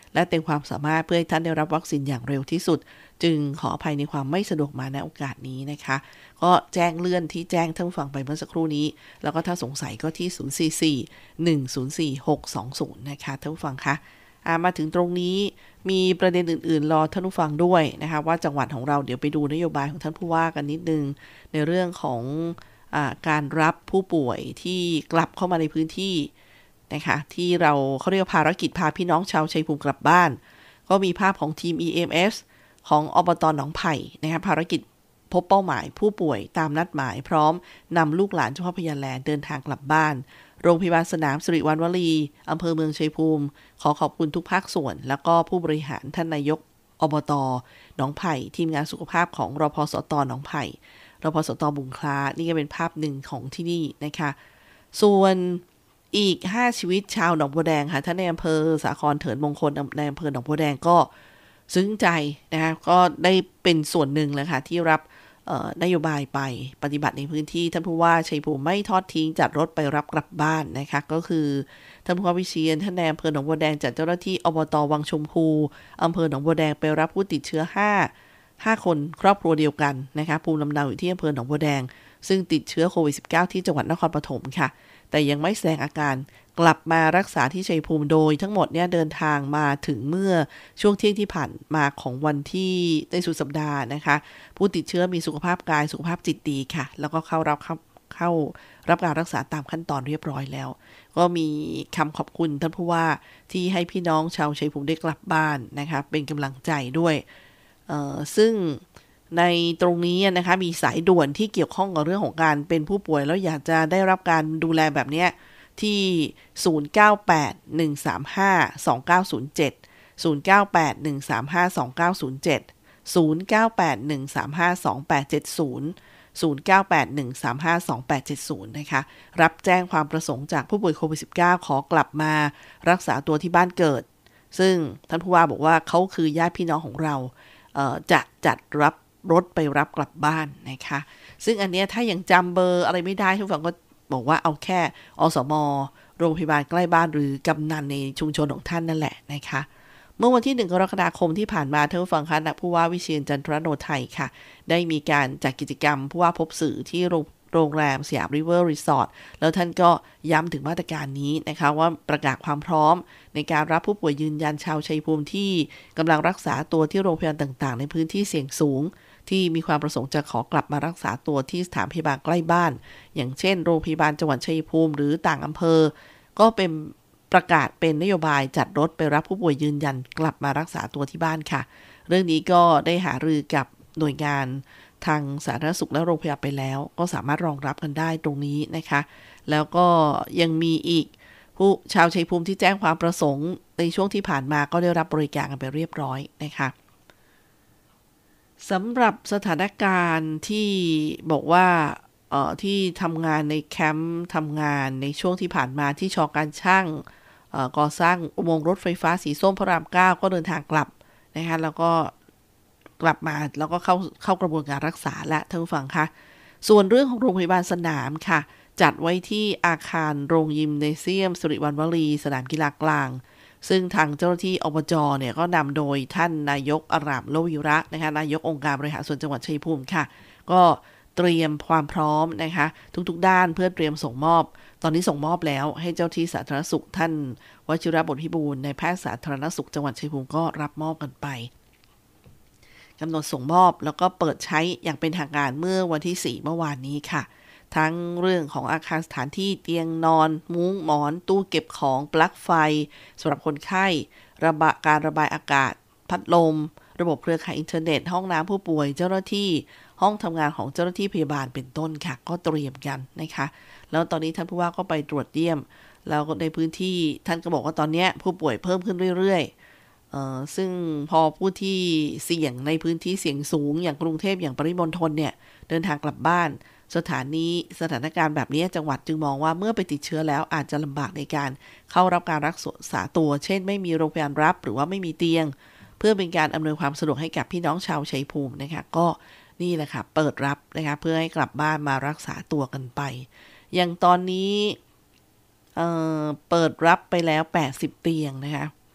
และเต็มความสามารถเพื่อให้ท่านได้รับวัคซีนอย่างเร็วที่สุดจึงขออภัยในความไม่สะดวกมาในโอกาสนี้นะคะก็แจ้งเลื่อนที่แจ้งท่านผู้ฟังไปเมื่อสักครู่นี้แล้วก็ถ้าสงสัยก็ที่ศูนย์ สี่ สี่ หนึ่ง ศูนย์ สี่ หก สอง ศูนย์นะคะท่านผู้ฟังคะมาถึงตรงนี้มีประเด็นอื่นๆรอท่านผู้ฟังด้วยนะคะว่าจังหวัดของเราเดี๋ยวไปดูนโยบายของท่านผู้ว่ากันนิดนึงในเรื่องของอ่าการรับผู้ป่วยที่กลับเข้ามาในพื้นที่นะคะที่เราเขาเรียกภารกิจพาพี่น้องชาวชัยภูมิกลับบ้านก็มีภาพของทีม อี เอ็ม เอส ของอบต.หนองไผ่นะคะภารกิจพบเป้าหมายผู้ป่วยตามนัดหมายพร้อมนำลูกหลานเจ้าพ่อพญาแลเดินทางกลับบ้านโรงพยาบาลสนามสิริวัณวลีอำเภอเมืองชัยภูมิขอขอบคุณทุกภาคส่วนแล้วก็ผู้บริหารท่านนายกอบต.หนองไผ่ทีมงานสุขภาพของรพสต.หนองไผ่รพสต.บุงคล้านี่ก็เป็นภาพหนึ่งของที่นี่นะคะส่วนอีกห้าชีวิตชาวหนองบัวแดงค่ะท่านในอำเภอสาครเถินมงคลในอำเภอหนองบัวแดงก็ซึ้งใจนะคะก็ได้เป็นส่วนหนึ่งเลยค่ะที่รับนโยบายไปปฏิบัติในพื้นที่ท่านผู้ว่าชัยภูมิไม่ทอดทิ้งจัดรถไปรับกลับบ้านนะคะก็คือท่านผู้ว่าวิเชียรท่านนายอำเภอหนองบัวแดงจัดเจ้าหน้าที่อบต.วังชมพูอำเภอหนองบัวแดงไปรับผู้ติดเชื้อห้า ห้าคนครอบครัวเดียวกันนะคะภูมิลำเนาอยู่ที่อำเภอหนองบัวแดงซึ่งติดเชื้อโควิด สิบเก้า ที่จังหวัดนครปฐมค่ะแต่ยังไม่แสดงอาการกลับมารักษาที่ชัยภูมิโดยทั้งหมดเนี่ยเดินทางมาถึงเมื่อช่วงเที่ยงที่ผ่านมาของวันที่ในสุดสัปดาห์นะคะผู้ติดเชื้อมีสุขภาพกายสุขภาพจิตดีค่ะแล้วก็เข้ารับเข้ารับการรักษาตามขั้นตอนเรียบร้อยแล้วก็มีคำขอบคุณท่านผู้ว่าที่ให้พี่น้องชาวชัยภูมิได้กลับบ้านนะคะเป็นกำลังใจด้วยเอ่อซึ่งในตรงนี้นะคะมีสายด่วนที่เกี่ยวข้องกับเรื่องของการเป็นผู้ป่วยแล้วอยากจะได้รับการดูแลแบบนี้ที่ศูนย์ เก้า แปด หนึ่ง สาม ห้า สอง เก้า ศูนย์ เจ็ด ศูนย์ เก้า แปด หนึ่ง สาม ห้า สอง เก้า ศูนย์ เจ็ด ศูนย์ เก้า แปด หนึ่ง สาม ห้า สอง แปด เจ็ด ศูนย์ ศูนย์ เก้า แปด หนึ่ง สาม ห้า สอง แปด เจ็ด ศูนย์นะคะรับแจ้งความประสงค์จากผู้ป่วยโควิด สิบเก้า ขอกลับมารักษาตัวที่บ้านเกิดซึ่งท่านผู้ว่าบอกว่าเขาคือญาติพี่น้องของเราเอ่อจะจัดรับรถไปรับกลับบ้านนะคะซึ่งอันเนี้ยถ้ายังจำเบอร์อะไรไม่ได้ทุกฝั่งก็บอกว่าเอาแค่อสม.โรงพยาบาลใกล้บ้านหรือกำนันในชุมชนของท่านนั่นแหละนะคะเมื่อวันที่หนึ่งกรกฎาคมที่ผ่านมาท่านผู้ฟังคะผู้ว่าวิเชียรจันทรโนไทยค่ะได้มีการจัดกิจกรรมผู้ว่าพบสื่อที่โรงแรมสยามริเวอร์รีสอร์ทแล้วท่านก็ย้ำถึงมาตรการนี้นะคะว่าประกาศความพร้อมในการรับผู้ป่วยยืนยันชาวชัยภูมิที่กำลังรักษาตัวที่โรงพยาบาลต่างๆในพื้นที่เสี่ยงสูงที่มีความประสงค์จะขอกลับมารักษาตัวที่สถานพยาบาลใกล้บ้านอย่างเช่นโรงพยาบาลจังหวัดชัยภูมิหรือต่างอำเภอก็เป็นประกาศเป็นนโยบายจัดรถไปรับผู้ป่วยยืนยันกลับมารักษาตัวที่บ้านค่ะเรื่องนี้ก็ได้หารือกับหน่วยงานทางสาธารณสุขและโรงพยาบาลไปแล้วก็สามารถรองรับกันได้ตรงนี้นะคะแล้วก็ยังมีอีกผู้ชาวชัยภูมิที่แจ้งความประสงค์ในช่วงที่ผ่านมาก็ได้รับบริการกันไปเรียบร้อยนะคะสำหรับสถานการณ์ที่บอกว่าเอ่อที่ทำงานในแคมป์ทำงานในช่วงที่ผ่านมาที่ชอการช่างเอ่อก่อสร้างอุโมงค์รถไฟฟ้าสีส้มพระรามเก้าก็เดินทางกลับนะคะแล้วก็กลับมาแล้วก็เข้าเข้ากระบวนการรักษาและท่านผู้ฟังคะส่วนเรื่องของโรงพยาบาลสนามค่ะจัดไว้ที่อาคารโรงยิมเนเซียมสิริวัณวลีสนามกีฬากลางซึ่งทางเจ้าหน้าที่อบจ.เนี่ยก็นำโดยท่านนายกอารามโลวิระนะคะนายกองค์การบริหารส่วนจังหวัดชัยภูมิค่ะก็เตรียมความพร้อมนะคะทุกๆด้านเพื่อเตรียมส่งมอบตอนนี้ส่งมอบแล้วให้เจ้าที่สาธารณสุขท่านวชิระบดพิบูลในแพทย์สาธารณสุขจังหวัดชัยภูมิก็รับมอบกันไปกำหนดส่งมอบแล้วก็เปิดใช้อย่างเป็นทางการเมื่อวันที่สี่เมื่อวานนี้ค่ะทั้งเรื่องของอาคารสถานที่เตียงนอนมุ้งหมอนตู้เก็บของปลั๊กไฟสำหรับคนไข้ระบายการระบายอากาศพัดลมระบบเครือข่ายอินเทอร์เน็ตห้องน้ำผู้ป่วยเจ้าหน้าที่ห้องทำงานของเจ้าหน้าที่พยาบาลเป็นต้นค่ะก็เตรียมกันนะคะแล้วตอนนี้ท่านผู้ว่าก็ไปตรวจเยี่ยมแล้วในพื้นที่ท่านก็บอกว่าตอนนี้ผู้ป่วยเพิ่มขึ้นเรื่อยๆเอ่อซึ่งพอผู้ที่เสี่ยงในพื้นที่เสี่ยงสูงอย่างกรุงเทพอย่างปริมณฑลเนี่ยเดินทางกลับบ้านสถานนี้สถานการณ์แบบนี้จังหวัดจึงมองว่าเมื่อไปติดเชื้อแล้วอาจจะลำบากในการเข้ารับการรักษาตัวเช่นไม่มีโรงพยาบาลรับหรือว่าไม่มีเตียงเพื่อเป็นการอำนวยความสะดวกให้กับพี่น้องชาวชัยภูมินะคะก็นี่แหละค่ะเปิดรับนะคะเพื่อให้กลับบ้านมารักษาตัวกันไปอย่างตอนนี้เอ่อเปิดรับไปแล้วแปดสิบเตียงนะคะ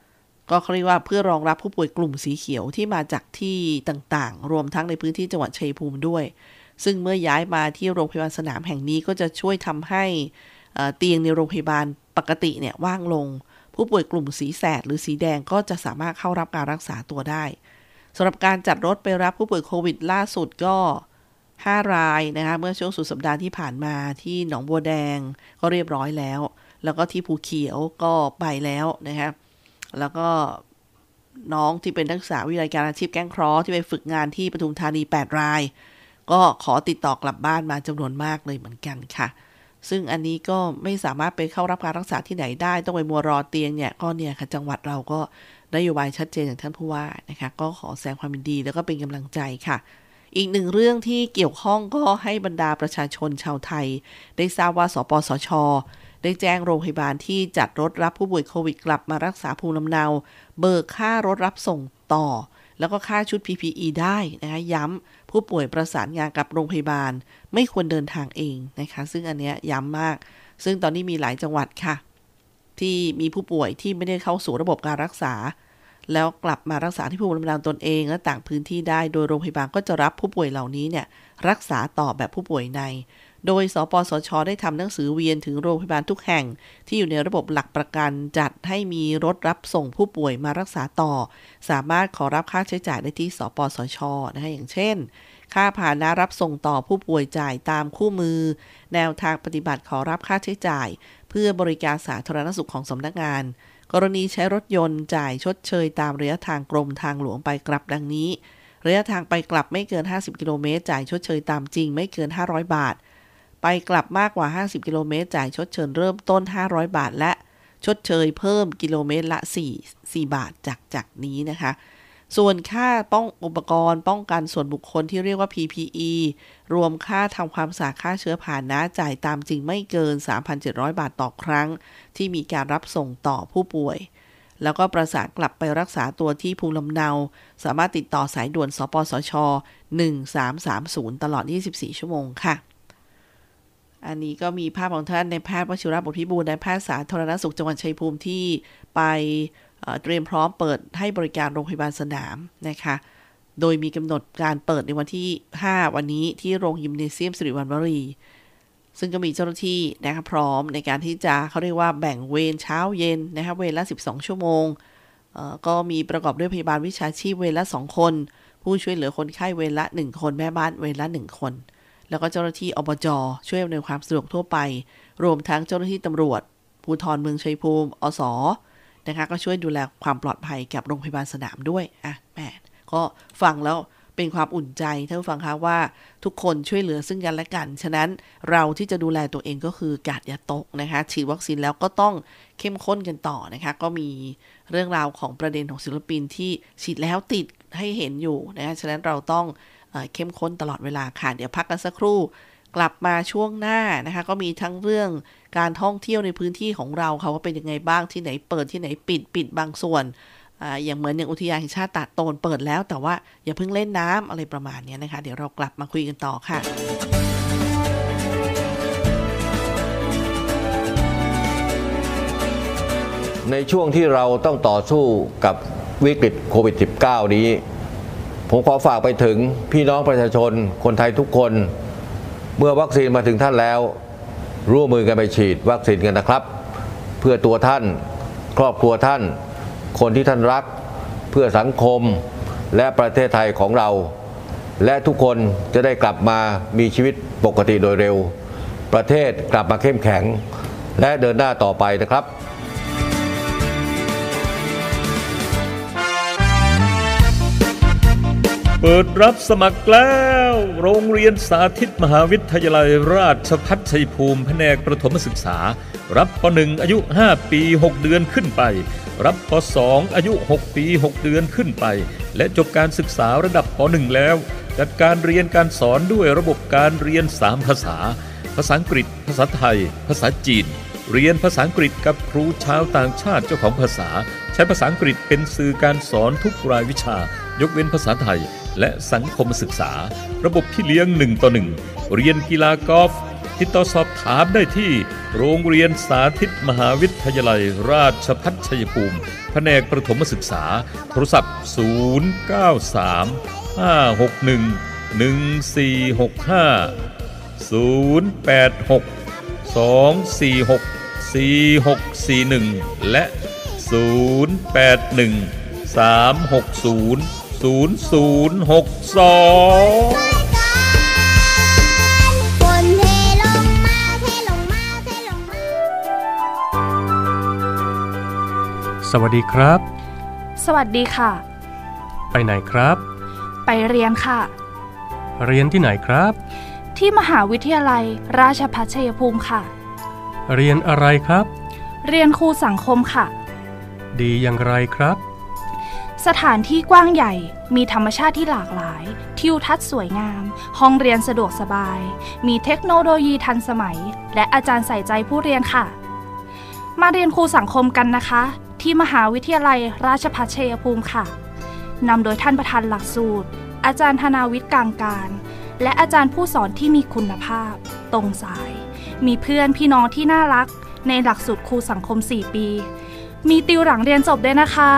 ก็เรียกว่าเพื่อรองรับผู้ป่วยกลุ่มสีเขียวที่มาจากที่ต่างๆรวมทั้งในพื้นที่จังหวัดชัยภูมิด้วยซึ่งเมื่อย้ายมาที่โรงพยาบาลสนามแห่งนี้ก็จะช่วยทำให้เตียงในโรงพยาบาลปกติเนี่ยว่างลงผู้ป่วยกลุ่มสีแสดหรือสีแดงก็จะสามารถเข้ารับการรักษาตัวได้สำหรับการจัดรถไปรับผู้ป่วยโควิดล่าสุดก็ห้ารายนะคะเมื่อช่วงสุดสัปดาห์ที่ผ่านมาที่หนองบัวแดงก็เรียบร้อยแล้วแล้วก็ที่ภูเขียวก็ไปแล้วนะคะแล้วก็น้องที่เป็นนักศึกษาวิทยาลัยการอาชีพแก้งเคราะห์ที่ไปฝึกงานที่ปทุมธานีแปดรายก็ขอติดต่อกลับบ้านมาจำนวนมากเลยเหมือนกันค่ะซึ่งอันนี้ก็ไม่สามารถไปเข้ารับการรักษาที่ไหนได้ต้องไปมัวรอเตียงเนี่ยก็เนี่ยค่ะจังหวัดเราก็นโยบายชัดเจนอย่างท่านผู้ว่านะคะก็ขอแสดงความยินดีแล้วก็เป็นกำลังใจค่ะอีกหนึ่งเรื่องที่เกี่ยวข้องก็ให้บรรดาประชาชนชาวไทยได้ทราบว่าสปสช.ได้แจ้งโรงพยาบาลที่จัดรถรับผู้ป่วยโควิดกลับมารักษาภูมิลำเนาเบิกค่ารถรับส่งต่อแล้วก็ค่าชุด พี พี อี ได้นะคะย้ำผู้ป่วยประสานงานกับโรงพยาบาลไม่ควรเดินทางเองนะคะซึ่งอันเนี้ยย้ำมากซึ่งตอนนี้มีหลายจังหวัดค่ะที่มีผู้ป่วยที่ไม่ได้เข้าสู่ระบบการรักษาแล้วกลับมารักษาที่ภูมิลำเนาตนเองและต่างพื้นที่ได้โดยโรงพยาบาลก็จะรับผู้ป่วยเหล่านี้เนี่ยรักษาต่อแบบผู้ป่วยในโดยสปสช.ได้ทำหนังสือเวียนถึงโรงพยาบาลทุกแห่งที่อยู่ในระบบหลักประกันจัดให้มีรถรับส่งผู้ป่วยมารักษาต่อสามารถขอรับค่าใช้จ่ายได้ที่สปสช.นะคะอย่างเช่นค่าพาหนะรับส่งต่อผู้ป่วยจ่ายตามคู่มือแนวทางปฏิบัติขอรับค่าใช้จ่ายเพื่อบริการสาธารณสุขของสำนักงานกรณีใช้รถยนต์จ่ายชดเชยตามระยะทางกรมทางหลวงไปกลับดังนี้ระยะทางไปกลับไม่เกินห้าสิบกิโลเมตรจ่ายชดเชยตามจริงไม่เกินห้าร้อยบาทไปกลับมากกว่าห้าสิบกิโลเมตรจ่ายชดเชยเริ่มต้นห้าร้อยบาทและชดเชยเพิ่มกิโลเมตรละ4 4บาทจากจากนี้นะคะส่วนค่าป้องอุปกรณ์ป้องกันส่วนบุคคลที่เรียกว่า พี พี อี รวมค่าทำความสะอาดค่าเชื้อผ่านนะจ่ายตามจริงไม่เกิน สามพันเจ็ดร้อยบาทต่อครั้งที่มีการรับส่งต่อผู้ป่วยแล้วก็ประสานกลับไปรักษาตัวที่ภูมิลำเนาสามารถติดต่อสายด่วนสปสช.หนึ่งสามสามศูนย์ตลอดยี่สิบสี่ชั่วโมงค่ะอันนี้ก็มีภาพของท่านในแพทย์วชิระบุตรพิบูลย์ในแพทย์สาธารณสุขจังหวัดชัยภูมิที่ไปเตรียมพร้อมเปิดให้บริการโรงพยาบาลสนามนะคะโดยมีกำหนดการเปิดในวันที่ห้าวันนี้ที่โรงยิมเนเซียมสิริวัณวรีซึ่งก็มีเจ้าหน้าที่นะคะพร้อมในการที่จะเขาเรียกว่าแบ่งเวรเช้าเย็นนะคะเวรละสิบสองชั่วโมงก็มีประกอบด้วยพยาบาลวิชาชีพเวรละสองคนผู้ช่วยเหลือคนไข้เวรละหนึ่งคนแม่บ้านเวรละหนึ่งคนแล้วก็เจ้าหน้าที่อบจ.ช่วยอำนวยความสะดวกทั่วไปรวมทั้งเจ้าหน้าที่ตำรวจภูธรเมืองชัยภูมิอส.นะคะก็ช่วยดูแลความปลอดภัยกับโรงพยาบาลสนามด้วยอ่ะแม่ก็ฟังแล้วเป็นความอุ่นใจท่านผู้ฟังคะว่าทุกคนช่วยเหลือซึ่งกันและกันฉะนั้นเราที่จะดูแลตัวเองก็คือกาดอย่าตกนะคะฉีดวัคซีนแล้วก็ต้องเข้มข้นกันต่อนะคะก็มีเรื่องราวของประเด็นของศิลปินที่ฉีดแล้วติดให้เห็นอยู่นะคะฉะนั้นเราต้องเอ่อเข้มข้นตลอดเวลาค่ะเดี๋ยวพักกันสักครู่กลับมาช่วงหน้านะคะก็มีทั้งเรื่องการท่องเที่ยวในพื้นที่ของเราค่ะว่าเป็นยังไงบ้างที่ไหนเปิดที่ไหนปิดปิดบางส่วนอ่าอย่างเหมือนอย่างอุทยานแห่งชาติตาดโตนเปิดแล้วแต่ว่าอย่าเพิ่งเล่นน้ำอะไรประมาณนี้นะคะเดี๋ยวเรากลับมาคุยกันต่อค่ะในช่วงที่เราต้องต่อสู้กับวิกฤตโควิด สิบเก้า นี้ผมขอฝากไปถึงพี่น้องประชาชนคนไทยทุกคนเมื่อวัคซีนมาถึงท่านแล้วร่วมมือกันไปฉีดวัคซีนกันนะครับเพื่อตัวท่านครอบครัวท่านคนที่ท่านรักเพื่อสังคมและประเทศไทยของเราและทุกคนจะได้กลับมามีชีวิตปกติโดยเร็วประเทศกลับมาเข้มแข็งและเดินหน้าต่อไปนะครับเปิดรับสมัครแล้วโรงเรียนสาธิตมหาวิทยาลัยราชภัฏชัยภูมิแผนกประถมศึกษารับป.หนึ่ง อายุห้าปีหกเดือนขึ้นไปรับป.สอง อายุหกปีหกเดือนขึ้นไปและจบการศึกษาระดับป.หนึ่ง แล้วจัดการเรียนการสอนด้วยระบบการเรียนสามภาษาภาษาอังกฤษภาษาไทยภาษาจีนเรียนภาษาอังกฤษกับครูชาวต่างชาติเจ้าของภาษาใช้ภาษาอังกฤษเป็นสื่อการสอนทุกรายวิชายกเว้นภาษาไทยและสังคมศึกษาระบบพี่เลี้ยงหนึ่งต่อหนึ่งเรียนกีฬากอล์ฟติดต่อสอบถามได้ที่โรงเรียนสาธิตมหาวิทยาลัยราชภัฏชัยภูมิแผนกประถมศึกษาโทรศัพท์ศูนย์ เก้า สาม ห้า หก หนึ่ง หนึ่ง สี่ หก ห้า ศูนย์ แปด หก สอง สี่ หก สี่ หก สี่ หนึ่ง และศูนย์ แปด หนึ่ง สาม หก ศูนย์ ศูนย์ ศูนย์ หก สองสวัสดีครับสวัสดีค่ะไปไหนครับไปเรียนค่ะเรียนที่ไหนครับที่มหาวิทยาลัยราชภัฏชัยภูมิค่ะเรียนอะไรครับเรียนครูสังคมค่ะดีอย่างไรครับสถานที่กว้างใหญ่มีธรรมชาติที่หลากหลายทิวทัศน์สวยงามห้องเรียนสะดวกสบายมีเทคโนโลยีทันสมัยและอาจารย์ใส่ใจผู้เรียนค่ะมาเรียนครูสังคมกันนะคะที่มหาวิทยาลัยราชภัฏชัยภูมิค่ะนำโดยท่านประธานหลักสูตรอาจารย์ธนาวิทย์กลางการและอาจารย์ผู้สอนที่มีคุณภาพตรงสายมีเพื่อนพี่น้องที่น่ารักในหลักสูตรครูสังคมสี่ปีมีติวหลังเรียนจบด้วยนะคะ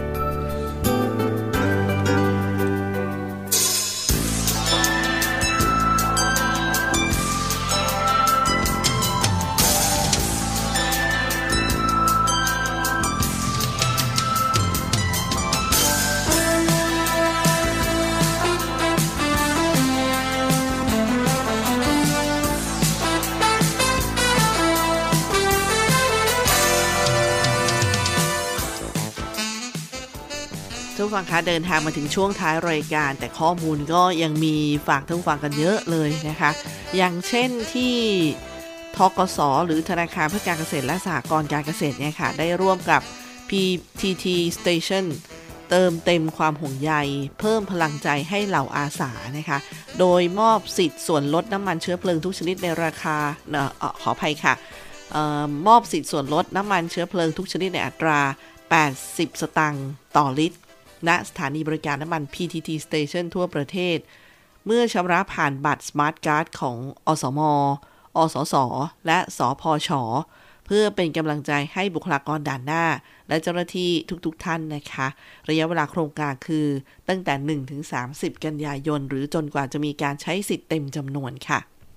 ท่านผู้ฟังคะเดินทางมาถึงช่วงท้ายรายการแต่ข้อมูลก็ยังมีฝากท่านผู้ฟังกันเยอะเลยนะคะอย่างเช่นที่ธกส.หรือธนาคารเพื่อการเกษตรและสหกรณ์การเกษตรเนี่ยค่ะได้ร่วมกับ พี ที ที Station เติมเต็มความห่วงใยเพิ่มพลังใจให้เหล่าอาสานะคะโดยมอบสิทธิ์ส่วนลดน้ำมันเชื้อเพลิงทุกชนิดในราคาเอ่อขออภัยค่ะเอ่อมอบสิทธิ์ส่วนลดน้ำมันเชื้อเพลิงทุกชนิดในอัตราแปดสิบสตางค์ต่อลิตรณสถานีบริการน้ำมัน พี ที ที Station ทั่วประเทศเมื่อชำระผ่านบัตร Smart Card ของอสม.อสส.และสพช.เพื่อเป็นกำลังใจให้บุคลากรด่านหน้าและเจ้าหน้าที่ทุกๆท่านนะคะระยะเวลาโครงการคือตั้งแต่ หนึ่งถึงสามสิบ กันยายนหรือจนกว่าจะมีการใช้สิทธิ์เต็มจำนวนค่ะ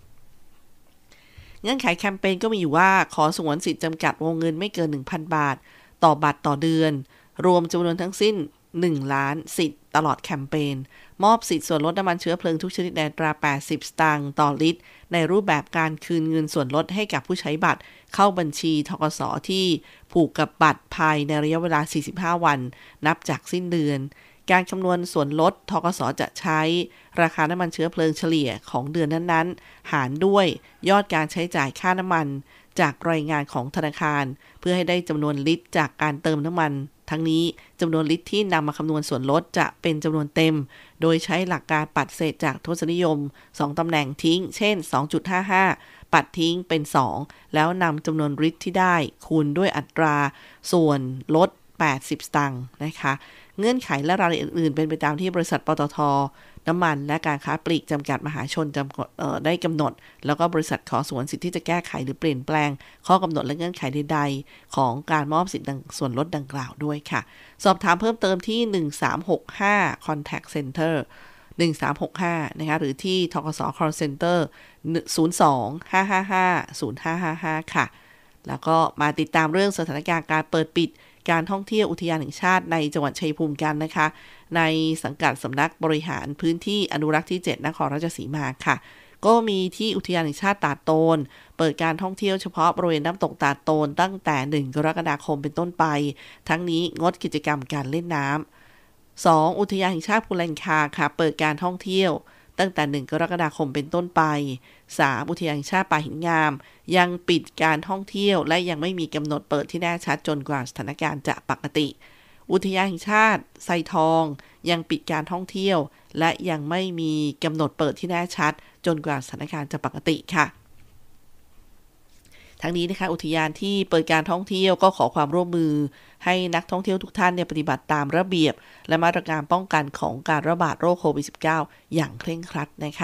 เงื่อนไขแคมเปญก็มีอยู่ว่าขอสงวนสิทธิ์จำกัดวงเงินไม่เกิน หนึ่งพัน บาทต่อบัตรต่อเดือนรวมจำนวนทั้งสิ้นหนึ่งล้านสิทธิ์ตลอดแคมเปญมอบสิทธิ์ส่วนลดน้ำมันเชื้อเพลิงทุกชนิดในอัตราแปดสิบสตางค์ต่อลิตรในรูปแบบการคืนเงินส่วนลดให้กับผู้ใช้บัตรเข้าบัญชีธกส.ที่ผูกกับบัตรภายในระยะเวลาสี่สิบห้าวันนับจากสิ้นเดือนการคำนวณส่วนลดธกส.จะใช้ราคาน้ำมันเชื้อเพลิงเฉลี่ยของเดือนนั้นๆหารด้วยยอดการใช้จ่ายค่าน้ำมันจากรายงานของธนาคารเพื่อให้ได้จำนวนลิตรจากการเติมน้ำมันทั้งนี้จำนวนลิตรที่นำมาคำนวณส่วนลดจะเป็นจำนวนเต็มโดยใช้หลักการปัดเศษจากทศนิยมสองตำแหน่งทิ้งเช่น สองจุดห้าห้า ปัดทิ้งเป็นสองแล้วนำจำนวนลิตรที่ได้คูณด้วยอัตราส่วนลดแปดสิบสตางค์นะคะเงื่อนไขและรายละเอียดอื่นๆเป็นไปตามที่บริษัทปตท.น้ำมันและการค้าปลีกจำกัดมหาชนจำได้กำหนดแล้วก็บริษัทขอสงวนสิทธิ์ที่จะแก้ไขหรือเปลี่ยนแปลงข้อกำหนดและเงื่อนไขใดๆของการมอบสิทธิ์ส่วนลดดังกล่าวด้วยค่ะสอบถามเพิ่มเติมที่หนึ่งสามหกห้า Contact Center หนึ่งสามหกห้านะคะหรือที่ธกส. Call Center ศูนย์ สอง ห้า ห้า ห้า ศูนย์ ห้า ห้า ห้าค่ะแล้วก็มาติดตามเรื่องสถานการณ์การเปิดปิดการท่องเที่ยวอุทยานแห่งชาติในจังหวัดชัยภูมิกันนะคะในสังกัดสำนักบริหารพื้นที่อนุรักษ์ที่เจ็ดนครราชสีมาค่ะก็มีที่อุทยานแห่งชาติตาดโตนเปิดการท่องเที่ยวเฉพาะบริเวณน้ำตกตาดโตนตั้งแต่หนึ่งกรกฎาคมเป็นต้นไปทั้งนี้งดกิจกรรมการเล่นน้ำสองอุทยานแห่งชาติภูแลนคาค่ะเปิดการท่องเที่ยวตั้งแต่หนึ่งกรกฎาคมเป็นต้นไปสามอุทยานแห่งชาติป่าหินงามยังปิดการท่องเที่ยวและยังไม่มีกำหนดเปิดที่แน่ชัดจนกว่าสถานการณ์จะปกติอุทยานแห่งชาติไซทองยังปิดการท่องเที่ยวและยังไม่มีกำหนดเปิดที่แน่ชัดจนกว่าสถานการณ์จะปกติค่ะทั้งนี้นะคะอุทยานที่เปิดการท่องเที่ยวก็ขอความร่วมมือให้นักท่องเที่ยวทุกท่านเนี่ยปฏิบัติตามระเบียบและมาตรการป้องกันของการระบาดโรคโควิด สิบเก้า อย่างเคร่งครัดนะคะ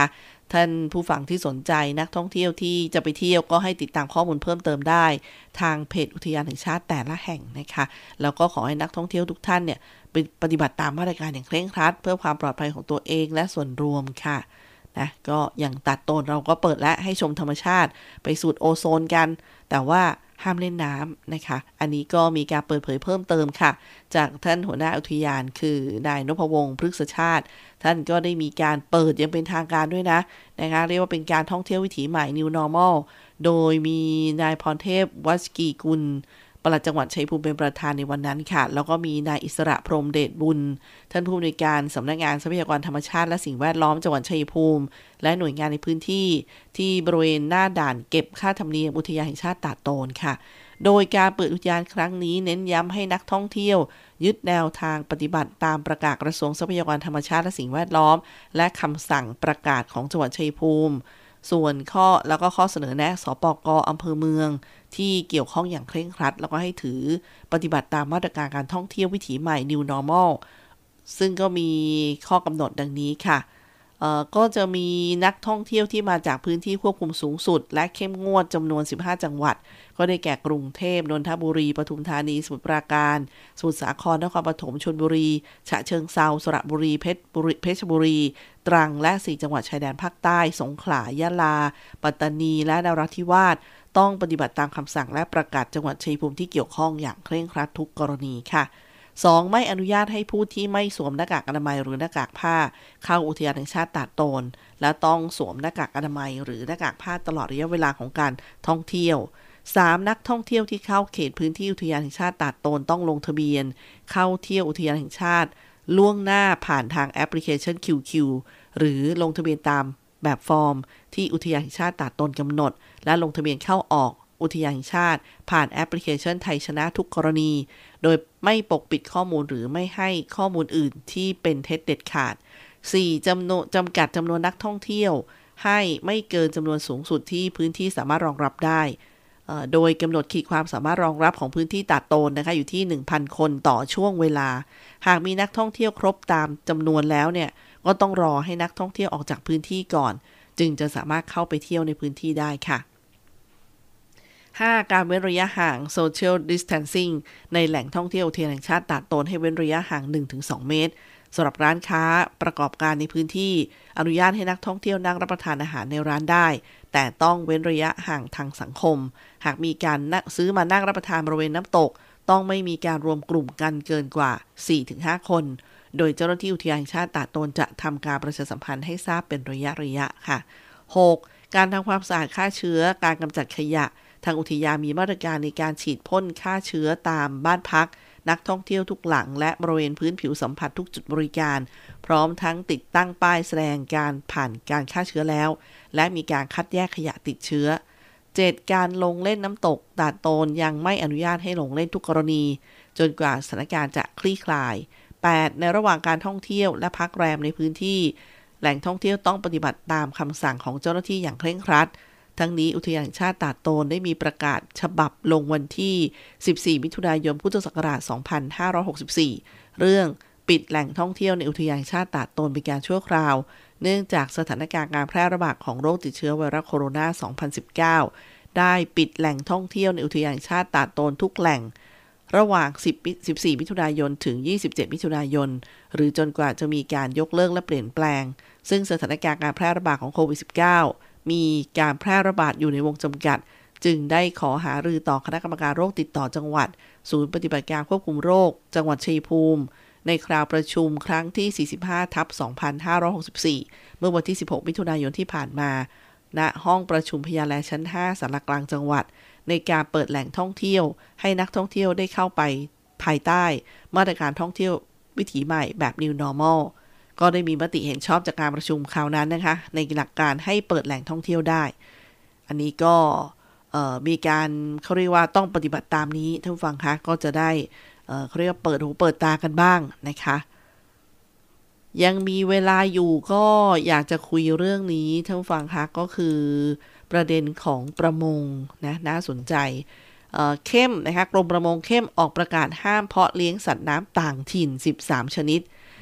ท่านผู้ฟังที่สนใจนักท่องเที่ยวที่จะไปเที่ยวก็ให้ติดตามข้อมูลเพิ่มเติมได้ทางเพจอุทยานแห่งชาติแต่ละแห่งนะคะแล้วก็ขอให้นักท่องเที่ยวทุกท่านเนี่ยปฏิบัติตามมาตรการอย่างเคร่งครัดเพื่อความปลอดภัยของตัวเองและส่วนรวมค่ะนะก็อย่างตัดโตนเราก็เปิดและให้ชมธรรมชาติไปสูดโอโซนกันแต่ว่าห้ามเล่นน้ำนะคะอันนี้ก็มีการเปิดเผยเพิ่มเติมค่ะจากท่านหัวหน้าอุทยานคือนายนพวงศ์พฤกษชาติท่านก็ได้มีการเปิดยังเป็นทางการด้วยนะนะคะเรียกว่าเป็นการท่องเที่ยววิถีใหม่ New Normal โดยมีนายพรเทพวัชกีกุลปลัดจังหวัดชัยภูมิเป็นประธานในวันนั้นค่ะแล้วก็มีนายอิสระพรหมเดชบุญท่านผู้อำนวยการสำนักงานทรัพยากรธรรมชาติและสิ่งแวดล้อมจังหวัดชัยภูมิและหน่วยงานในพื้นที่ที่บริเวณหน้าด่านเก็บค่าธรรมเนียมอุทยานแห่งชาติตาดโตนค่ะโดยการเปิดอุทยานครั้งนี้เน้นย้ำให้นักท่องเที่ยวยึดแนวทางปฏิบัติตามประกาศกระทรวงทรัพยากรธรรมชาติและสิ่งแวดล้อมและคำสั่งประกาศของจังหวัดชัยภูมิส่วนข้อแล้วก็ข้อเสนอแนะสปก.อำเภอเมืองที่เกี่ยวข้องอย่างเคร่งครัดแล้วก็ให้ถือปฏิบัติตามมาตรการการท่องเที่ยววิถีใหม่ New Normal ซึ่งก็มีข้อกำหนดดังนี้ค่ะเอ่อก็จะมีนักท่องเที่ยวที่มาจากพื้นที่ควบคุมสูงสุดและเข้มงวดจำนวนสิบห้าจังหวัดก็ได้แก่กรุงเทพนนทบุรีปทุมธานีสมุทรปราการสมุทรสาครนครปฐมชลบุรีฉะเชิงเทราสระบุรีเพชรบุรีเพชรบุรีตรังและสี่จังหวัดชายแดนภาคใต้สงขลายะลาปัตตานีและนราธิวาสต้องปฏิบัติตามคำสั่งและประกาศจังหวัดชัยภูมิที่เกี่ยวข้องอย่างเคร่งครัดทุกกรณีค่ะสองไม่อนุญาตให้ผู้ที่ไม่สวมหน้ากากอนามัยหรือหน้ากากผ้าเข้าอุทยานแห่งชาติตาดโตนและต้องสวมหน้ากากอนามัยหรือหน้ากากผ้าตลอดระยะเวลาของการท่องเที่ยวสามนักท่องเที่ยวที่เข้าเขตพื้นที่อุทยานแห่งชาติตาดโตนต้องลงทะเบียนเข้าเที่ยวอุทยานแห่งชาติล่วงหน้าผ่านทางแอปพลิเคชัน คิว คิว หรือลงทะเบียนตามแบบฟอร์มที่อุทยานแห่งชาติตาดโตนกำหนดและลงทะเบียนเข้าออกอุทยานแห่งชาติผ่านแอปพลิเคชันไทยชนะทุกกรณีโดยไม่ปกปิดข้อมูลหรือไม่ให้ข้อมูลอื่นที่เป็นเท็จเด็ดขาด สี่ จำนวนจำกัดจำนวนนักท่องเที่ยวให้ไม่เกินจำนวนสูงสุดที่พื้นที่สามารถรองรับได้โดยกำหนดขีดความสามารถรองรับของพื้นที่ตาดโตนนะคะอยู่ที่ หนึ่งพัน คนต่อช่วงเวลาหากมีนักท่องเที่ยวครบตามจำนวนแล้วเนี่ยก็ต้องรอให้นักท่องเที่ยวออกจากพื้นที่ก่อนจึงจะสามารถเข้าไปเที่ยวในพื้นที่ได้ค่ะห้า การเว้นระยะห่าง Social Distancing ในแหล่งท่องเที่ยวอุทยานแห่งชาติตาดโตนให้เว้นระยะห่าง หนึ่งถึงสอง เมตรสำหรับร้านค้าประกอบการในพื้นที่อนุญาตให้นักท่องเที่ยวนั่งรับประทานอาหารในร้านได้แต่ต้องเว้นระยะห่างทางสังคมหากมีการซื้อมานั่งรับประทานบริเวณน้ำตกต้องไม่มีการรวมกลุ่มกันเกินกว่า สี่ถึงห้า คนโดยเจ้าหน้าที่อุทยานแห่งชาติตาดโตนจะทำการประชาสัมพันธ์ให้ทราบเป็นระยะระยะค่ะ หก การทำความสะอาดฆ่าเชื้อการกำจัดขยะทางอุทยานมีมาตรการในการฉีดพ่นฆ่าเชื้อตามบ้านพักนักท่องเที่ยวทุกหลังและบริเวณพื้นผิวสัมผัสทุกจุดบริการพร้อมทั้งติดตั้งป้ายแสดงการผ่านการฆ่าเชื้อแล้วและมีการคัดแยกขยะติดเชื้อ เจ็ด การลงเล่นน้ำตกตาดโตนยังไม่อนุญาตให้ลงเล่นทุกกรณีจนกว่าสถานการณ์จะคลี่คลาย แปด ในระหว่างการท่องเที่ยวและพักแรมในพื้นที่แหล่งท่องเที่ยวต้องปฏิบัติตามคำสั่งของเจ้าหน้าที่อย่างเคร่งครัดทั้งนี้อุทยานแห่งชาติตาดโตนได้มีประกาศฉบับลงวันที่สิบสี่มิถุนายนพุทธศักราชสองพันห้าร้อยหกสิบสี่เรื่องปิดแหล่งท่องเที่ยวในอุทยานแห่งชาติตาดโตนเป็นการชั่วคราวเนื่องจากสถานการณ์การแพร่ระบาดของโรคติดเชื้อไวรัสโคโรนาสองพันสิบเก้าได้ปิดแหล่งท่องเที่ยวในอุทยานแห่งชาติตาดโตนทุกแหล่งระหว่างสิบ สิบสี่มิถุนายนถึงยี่สิบเจ็ดมิถุนายนหรือจนกว่าจะมีการยกเลิกและเปลี่ยนแปลงซึ่งสถานการณ์การแพร่ระบาดของโควิด สิบเก้า มีการแพร่ระบาดอยู่ในวงจำกัดจึงได้ขอหารือต่อคณะกรรมการโรคติดต่อจังหวัดศูนย์ปฏิบัติการควบคุมโรคจังหวัดชัยภูมิในคราวประชุมครั้งที่ สี่สิบห้า ทับ สองพันห้าร้อยหกสิบสี่ เมื่อวันที่ สิบหก มิถุนายนที่ผ่านมาณห้องประชุมพญาแลชั้น ห้า ศาลากลางจังหวัดในการเปิดแหล่งท่องเที่ยวให้นักท่องเที่ยวได้เข้าไปภายใต้มาตรการท่องเที่ยววิถีใหม่แบบ New Normal ก็ได้มีมติเห็นชอบจากการประชุมคราวนั้นนะคะในหลักการให้เปิดแหล่งท่องเที่ยวได้อันนี้ก็มีการเขาเรียกว่าต้องปฏิบัติตามนี้ท่านผู้ฟังคะก็จะได้เขาเรียกว่าเปิดหูเปิดตากันบ้างนะคะยังมีเวลาอยู่ก็อยากจะคุยเรื่องนี้ท่านผู้ฟังคะก็คือประเด็นของประมงนะน่าสนใจเอ่อเข้มนะคะกรมประมงเข้มออกประกาศห้ามเพาะเลี้ยงสัตว์น้ำต่างถิ่นสิบสามชนิด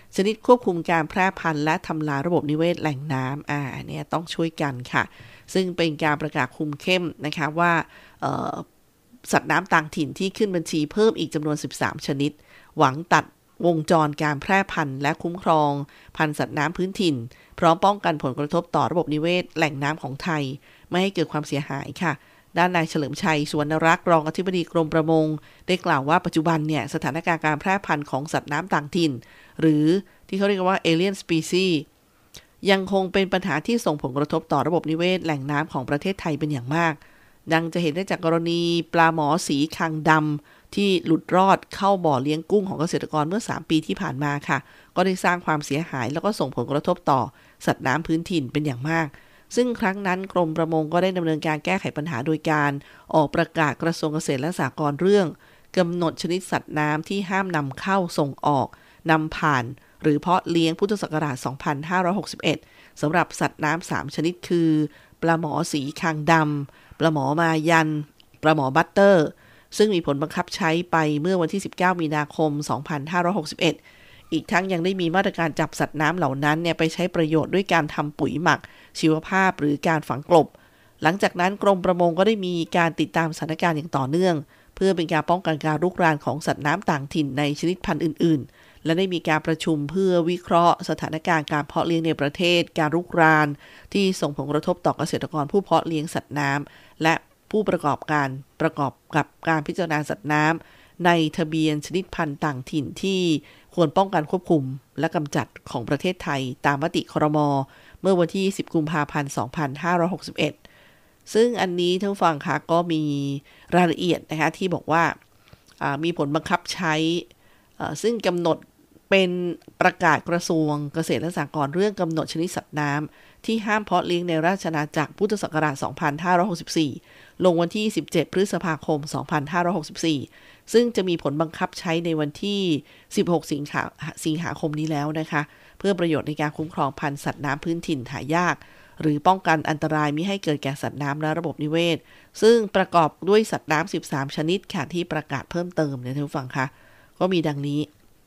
ชนิดควบคุมการแพร่พันธุ์และทำลายระบบนิเวศแหล่งน้ำอ่าเนี่ยต้องช่วยกันค่ะซึ่งเป็นการประกาศคุมเข้มนะคะว่าสัตว์น้ำต่างถิ่นที่ขึ้นบัญชีเพิ่มอีกจำนวนสิบสามชนิดหวังตัดวงจรการแพร่พันธุ์และคุ้มครองพันธุ์สัตว์น้ำพื้นถิ่นพร้อมป้องกันผลกระทบต่อระบบนิเวศแหล่งน้ำของไทยไม่ให้เกิดความเสียหายค่ะด้านนายเฉลิมชัยสุวรรณรักษ์รองอธิบดีกรมประมงได้กล่าวว่าปัจจุบันเนี่ยสถานการณ์การแพร่พันธุ์ของสัตว์น้ำต่างถิ่นหรือที่เขาเรียกว่า Alien Species ยังคงเป็นปัญหาที่ส่งผลกระทบต่อระบบนิเวศแหล่งน้ำของประเทศไทยเป็นอย่างมากดังจะเห็นได้จากกรณีปลาหมอสีคางดำที่หลุดรอดเข้าบ่อเลี้ยงกุ้งของเกษตรกรเมื่อสามปีที่ผ่านมาค่ะก็ได้สร้างความเสียหายแล้วก็ส่งผลกระทบต่อสัตว์น้ำพื้นถิ่นเป็นอย่างมากซึ่งครั้งนั้นกรมประมงก็ได้ดำเนินการแก้ไขปัญหาโดยการออกประกาศกระทรวงเกษตรและสหกรณ์เรื่องกำหนดชนิดสัตว์น้ำที่ห้ามนำเข้าส่งออกนำผ่านหรือเพาะเลี้ยงพุทธศักราช สองพันห้าร้อยหกสิบเอ็ด สำหรับสัตว์น้ำสามชนิดคือปลาหมอสีคางดำปลาหมอมายันปลาหมอบัตเตอร์ซึ่งมีผลบังคับใช้ไปเมื่อวันที่สิบเก้ามีนาคมสองพันห้าร้อยหกสิบเอ็ดอีกทั้งยังได้มีมาตรการจับสัตว์น้ำเหล่านั้นเนี่ยไปใช้ประโยชน์ด้วยการทำปุ๋ยหมักชีวภาพหรือการฝังกลบหลังจากนั้นกรมประมงก็ได้มีการติดตามสถานการณ์อย่างต่อเนื่องเพื่อเป็นการป้องกันการรุกรานของสัตว์น้ำต่างถิ่นในชนิดพันธุ์อื่นๆและได้มีการประชุมเพื่อวิเคราะห์สถานการณ์การเพาะเลี้ยงในประเทศการรุกรานที่ส่งผลกระทบต่อเกษตรกรผู้เพาะเลี้ยงสัตว์น้ำและผู้ประกอบการประกอบกับการพิจารณาสัตว์น้ำในทะเบียนชนิดพันธุ์ต่างถิ่นที่ควรป้องกันควบคุมและกำจัดของประเทศไทยตามมติครม.เมื่อวันที่สิบกุมภาพันธ์สองพันห้าร้อยหกสิบเอ็ดซึ่งอันนี้ท่านฟังคะก็มีรายละเอียดนะคะที่บอกว่ามีผลบังคับใช้ซึ่งกำหนดเป็นประกาศกระทรวงเกษตรและสหกรณ์เรื่องกำหนดชนิดสัตว์น้ำที่ห้ามเพาะเลี้ยงในราชอาณาจักรพุทธศักราช สองพันห้าร้อยหกสิบสี่ ลงวันที่สิบเจ็ดพฤษภาคมสองพันห้าร้อยหกสิบสี่ซึ่งจะมีผลบังคับใช้ในวันที่สิบหกสิงหาสิงหาคมนี้แล้วนะคะเพื่อประโยชน์ในการคุ้มครองพันธุ์สัตว์น้ำพื้นถิ่นหายากหรือป้องกันอันตรายมิให้เกิดแก่สัตว์น้ำและระบบนิเวศซึ่งประกอบด้วยสัตว์น้ำสิบสามชนิดค่ะที่ประกาศเพิ่มเติมเนี่ยท่านผู้ฟังคะก็มีดังนี้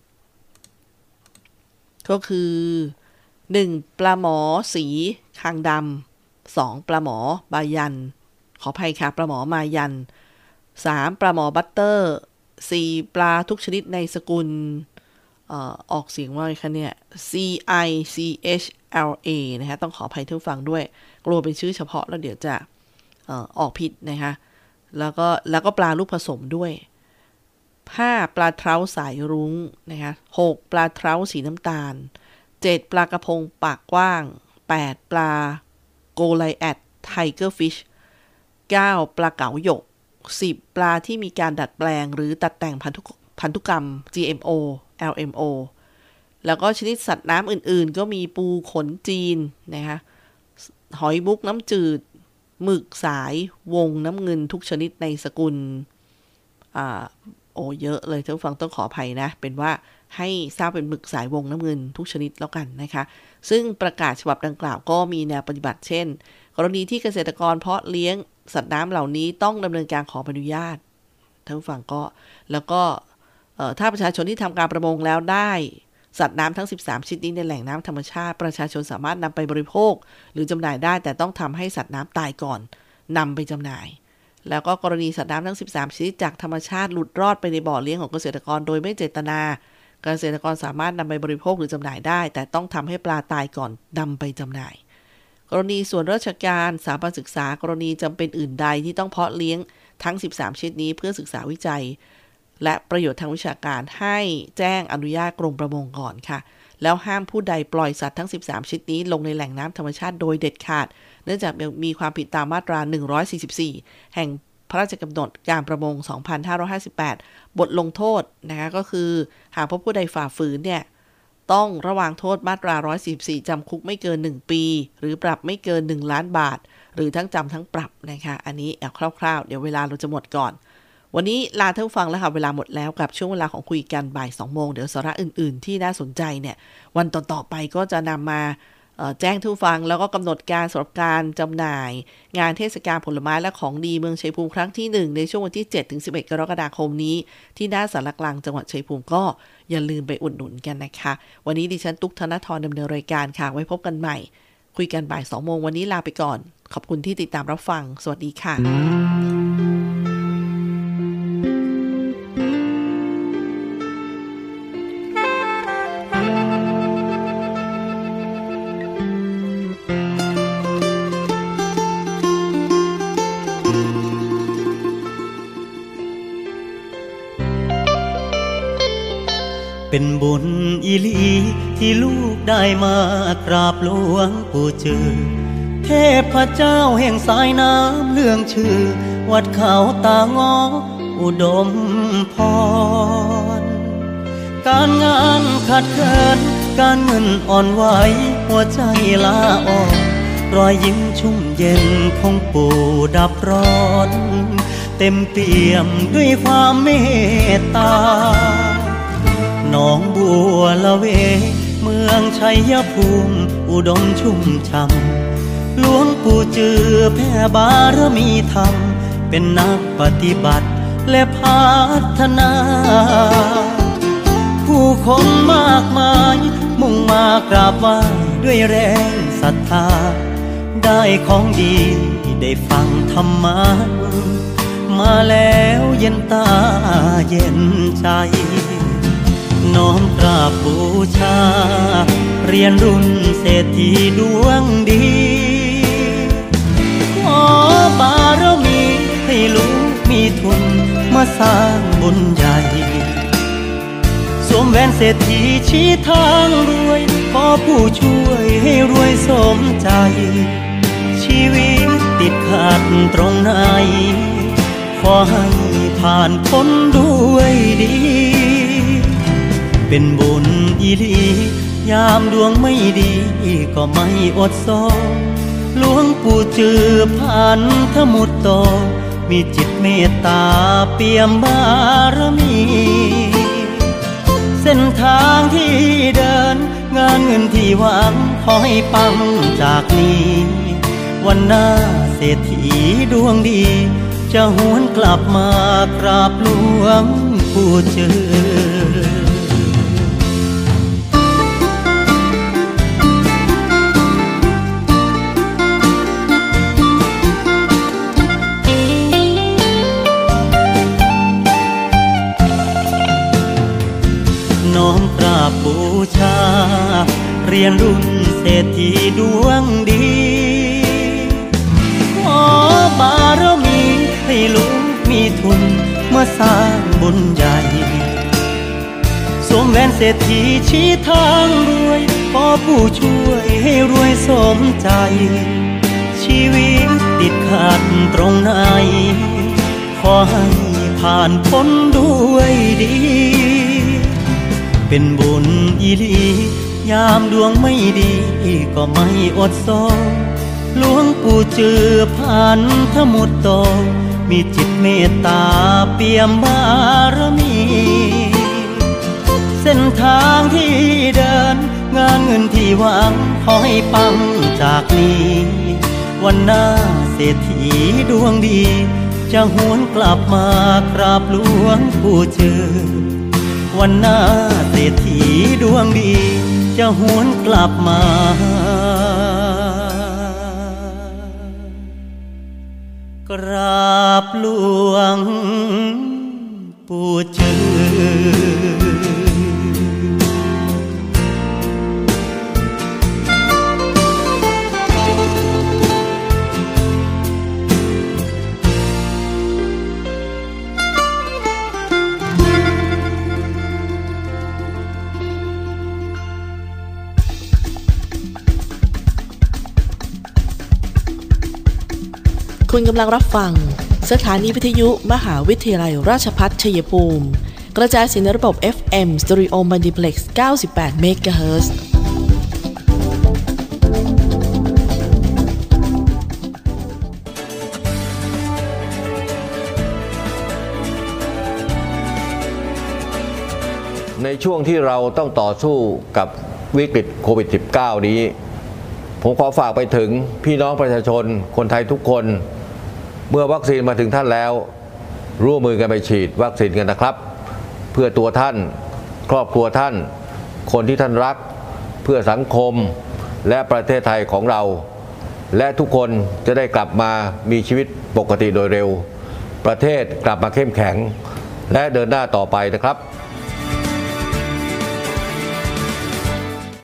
ก็คือหนึ่งปลาหมอสีคางดำสองปลาหมอบายันขออภัยค่ะปลาหมอมายันสามปลาหมอบัตเตอร์สี่ปลาทุกชนิดในสกุลเอ่อออกเสียงว่าอะไรคะเนี่ย C I C H L A นะคะต้องขออภัยท่านผู้ฟังด้วยกลัวเป็นชื่อเฉพาะแล้วเดี๋ยวจะเอ่อออกผิดนะคะแล้วก็แล้วก็ปลาลูกผสมด้วยห้าปลาเท้าสายรุ้งนะคะหกปลาเท้าสีน้ำตาลเจ็ดปลากระพงปากกว้างแปดปลาโกไลแอดไทเกอร์ฟิชเก้าปลาเก๋าหยกสิบปลาที่มีการดัดแปลงหรือตัดแต่งพันธุพันธุกรรม G M O L M O แล้วก็ชนิดสัตว์น้ำอื่นๆก็มีปูขนจีนนะคะหอยมุกน้ำจืดหมึกสายวงน้ำเงินทุกชนิดในสกุลอ่าโอ้เยอะเลยท่านผู้ฟังต้องขออภัยนะเป็นว่าให้ทราบเป็นหมึกสายวงน้ำเงินทุกชนิดแล้วกันนะคะซึ่งประกาศฉบับดังกล่าวก็มีแนวปฏิบัติเช่นกรณีที่เกษตรกรเพาะเลี้ยงสัตว์น้ำเหล่านี้ต้องดำเนินการขออนุญาตท่านผู้ฟังก็แล้วก็ถ้าประชาชนที่ทำการประมงแล้วได้สัตว์น้ำทั้งสิบสามชนิดนี้ในแหล่งน้ำธรรมชาติประชาชนสามารถนำไปบริโภคหรือจำหน่ายได้แต่ต้องทำให้สัตว์น้ำตายก่อนนำไปจำหน่ายแล้วก็กรณีสัตว์น้ำทั้งสิบสามชนิดจากธรรมชาติหลุดรอดไปในบ่อเลี้ยงของเกษตรกรโดยไม่เจตนาเกษตรกรสามารถนำไปบริโภคหรือจำหน่ายได้แต่ต้องทำให้ปลาตายก่อนนำไปจำหน่ายกรณีส่วนราชการสถาบันศึกษากรณีจำเป็นอื่นใดที่ต้องเพาะเลี้ยงทั้งสิบสามชนิดนี้เพื่อศึกษาวิจัยและประโยชน์ทางวิชาการให้แจ้งอนุญาตกรมประมงก่อนค่ะแล้วห้ามผู้ใดปล่อยสัตว์ทั้งสิบสามชนิดนี้ลงในแหล่งน้ำธรรมชาติโดยเด็ดขาดเนื่องจากมีความผิดตามมาตราหนึ่งร้อยสี่สิบสี่แห่งพระราชกำหนดการประมงสองพันห้าร้อยห้าสิบแปดบทลงโทษนะคะก็คือหากพบผู้ใดฝ่าฝืนเนี่ยต้องระวางโทษมาตราหนึ่งร้อยสี่สิบสี่จำคุกไม่เกินหนึ่งปีหรือปรับไม่เกินหนึ่งล้านบาทหรือทั้งจำทั้งปรับนะคะอันนี้เอาคร่าวๆเดี๋ยวเวลาเราจะหมดก่อนวันนี้ลาท่านผู้ฟังแล้วค่ะเวลาหมดแล้วกับช่วงเวลาของคุยกันบ่ายสองโมงเดี๋ยวสาระอื่นๆที่น่าสนใจเนี่ยวันต่อๆไปก็จะนำมาแจ้งทุกฟังแล้วก็กำหนดการสำหรับการจำหน่ายงานเทศกาลผลไม้และของดีเมืองชัยภูมิครั้งที่หนึ่งในช่วงวันที่ เจ็ดถึงสิบเอ็ด กรกฎาคมนี้ที่หน้าศาลากลางจังหวัดชัยภูมิก็อย่าลืมไปอุดหนุนกันนะคะวันนี้ดิฉันตุ๊กธนธรดำเนินรายการค่ะไว้พบกันใหม่คุยกันบ่ายสองโมงวันนี้ลาไปก่อนขอบคุณที่ติดตามรับฟังสวัสดีค่ะเป็นบุญอีหลีที่ลูกได้มากราบหลวงปู่จือเทพเจ้าแห่งสายน้ำเรื่องชื่อวัดเขาตางออุดมพรการงานขัดเขินการเงินอ่อนไหวหัวใจลาอ่อนรอยยิ้มชุ่มเย็นของปู่ดับร้อนเต็มเปี่ยมด้วยความเมตตาหนองบัวละเวเมืองชัยภูมิอุดมชุ่มช่ำหลวงปู่จือแผ่บารมีธรรมเป็นนักปฏิบัติและพัฒนาผู้คนมากมายมุ่งมากราบไหว้ด้วยแรงศรัทธาได้ของดีได้ฟังธรรมะมาแล้วเย็นตาเย็นใจน้อมกราบบูชาเรียนรุ่นเศรษฐีดวงดีขอบารมีให้ลูกมีทุนมาสร้างบุญใหญ่สวมแหวนเศรษฐีชี้ทางรวยขอผู้ช่วยให้รวยสมใจชีวิตติดขัดตรงไหนขอให้ผ่านพ้นด้วยดีเป็นบุญอีหลียามดวงไม่ดีก็ไม่อดโศกหลวงปู่จือผ่านทมุตโตมีจิตเมตตาเปี่ยมบารมีเส้นทางที่เดินงานเงินที่หวังขอให้ปังจากนี้วันหน้าเศรษฐีดวงดีจะหวนกลับมากราบหลวงปู่จือน้อมกราบบูชาเรียนรุ่นเศรษฐีดวงดีขอบารมีให้ลูกมีทุนมาสร้างบุญใหญ่สวมแหวนเศรษฐีชี้ทางรวยขอผู้ช่วยให้รวยสมใจชีวิตติดขัดตรงไหนขอให้ผ่านพ้นด้วยดีเป็นบุญอีหลียามดวงไม่ดีก็ไม่อดโศกหลวงปู่จือผ่านทมุตโตมีจิตเมตตาเปี่ยมบารมีเส้นทางที่เดินงานเงินที่หวังขอให้ปังจากนี้วันหน้าเศรษฐีดวงดีจะหวนกลับมากราบหลวงปู่จือวันหน้าเศรษฐีดวงดีจะหวนกลับมากราบหลวงปู่จือคุณกำลังรับฟังสถานีวิทยุมหาวิทยาลัยราชภัฏชัยภูมิกระจายเสียงในระบบ เอฟ เอ็ม Stereo Multiplex เก้าสิบแปด เมกะเฮิรตซ์ในช่วงที่เราต้องต่อสู้กับวิกฤตโควิด สิบเก้า นี้ผมขอฝากไปถึงพี่น้องประชาชนคนไทยทุกคนเมื่อวัคซีนมาถึงท่านแล้วร่วมมือกันไปฉีดวัคซีนกันนะครับเพื่อตัวท่านครอบครัวท่านคนที่ท่านรักเพื่อสังคมและประเทศไทยของเราและทุกคนจะได้กลับมามีชีวิตปกติโดยเร็วประเทศกลับมาเข้มแข็งและเดินหน้าต่อไปนะครับ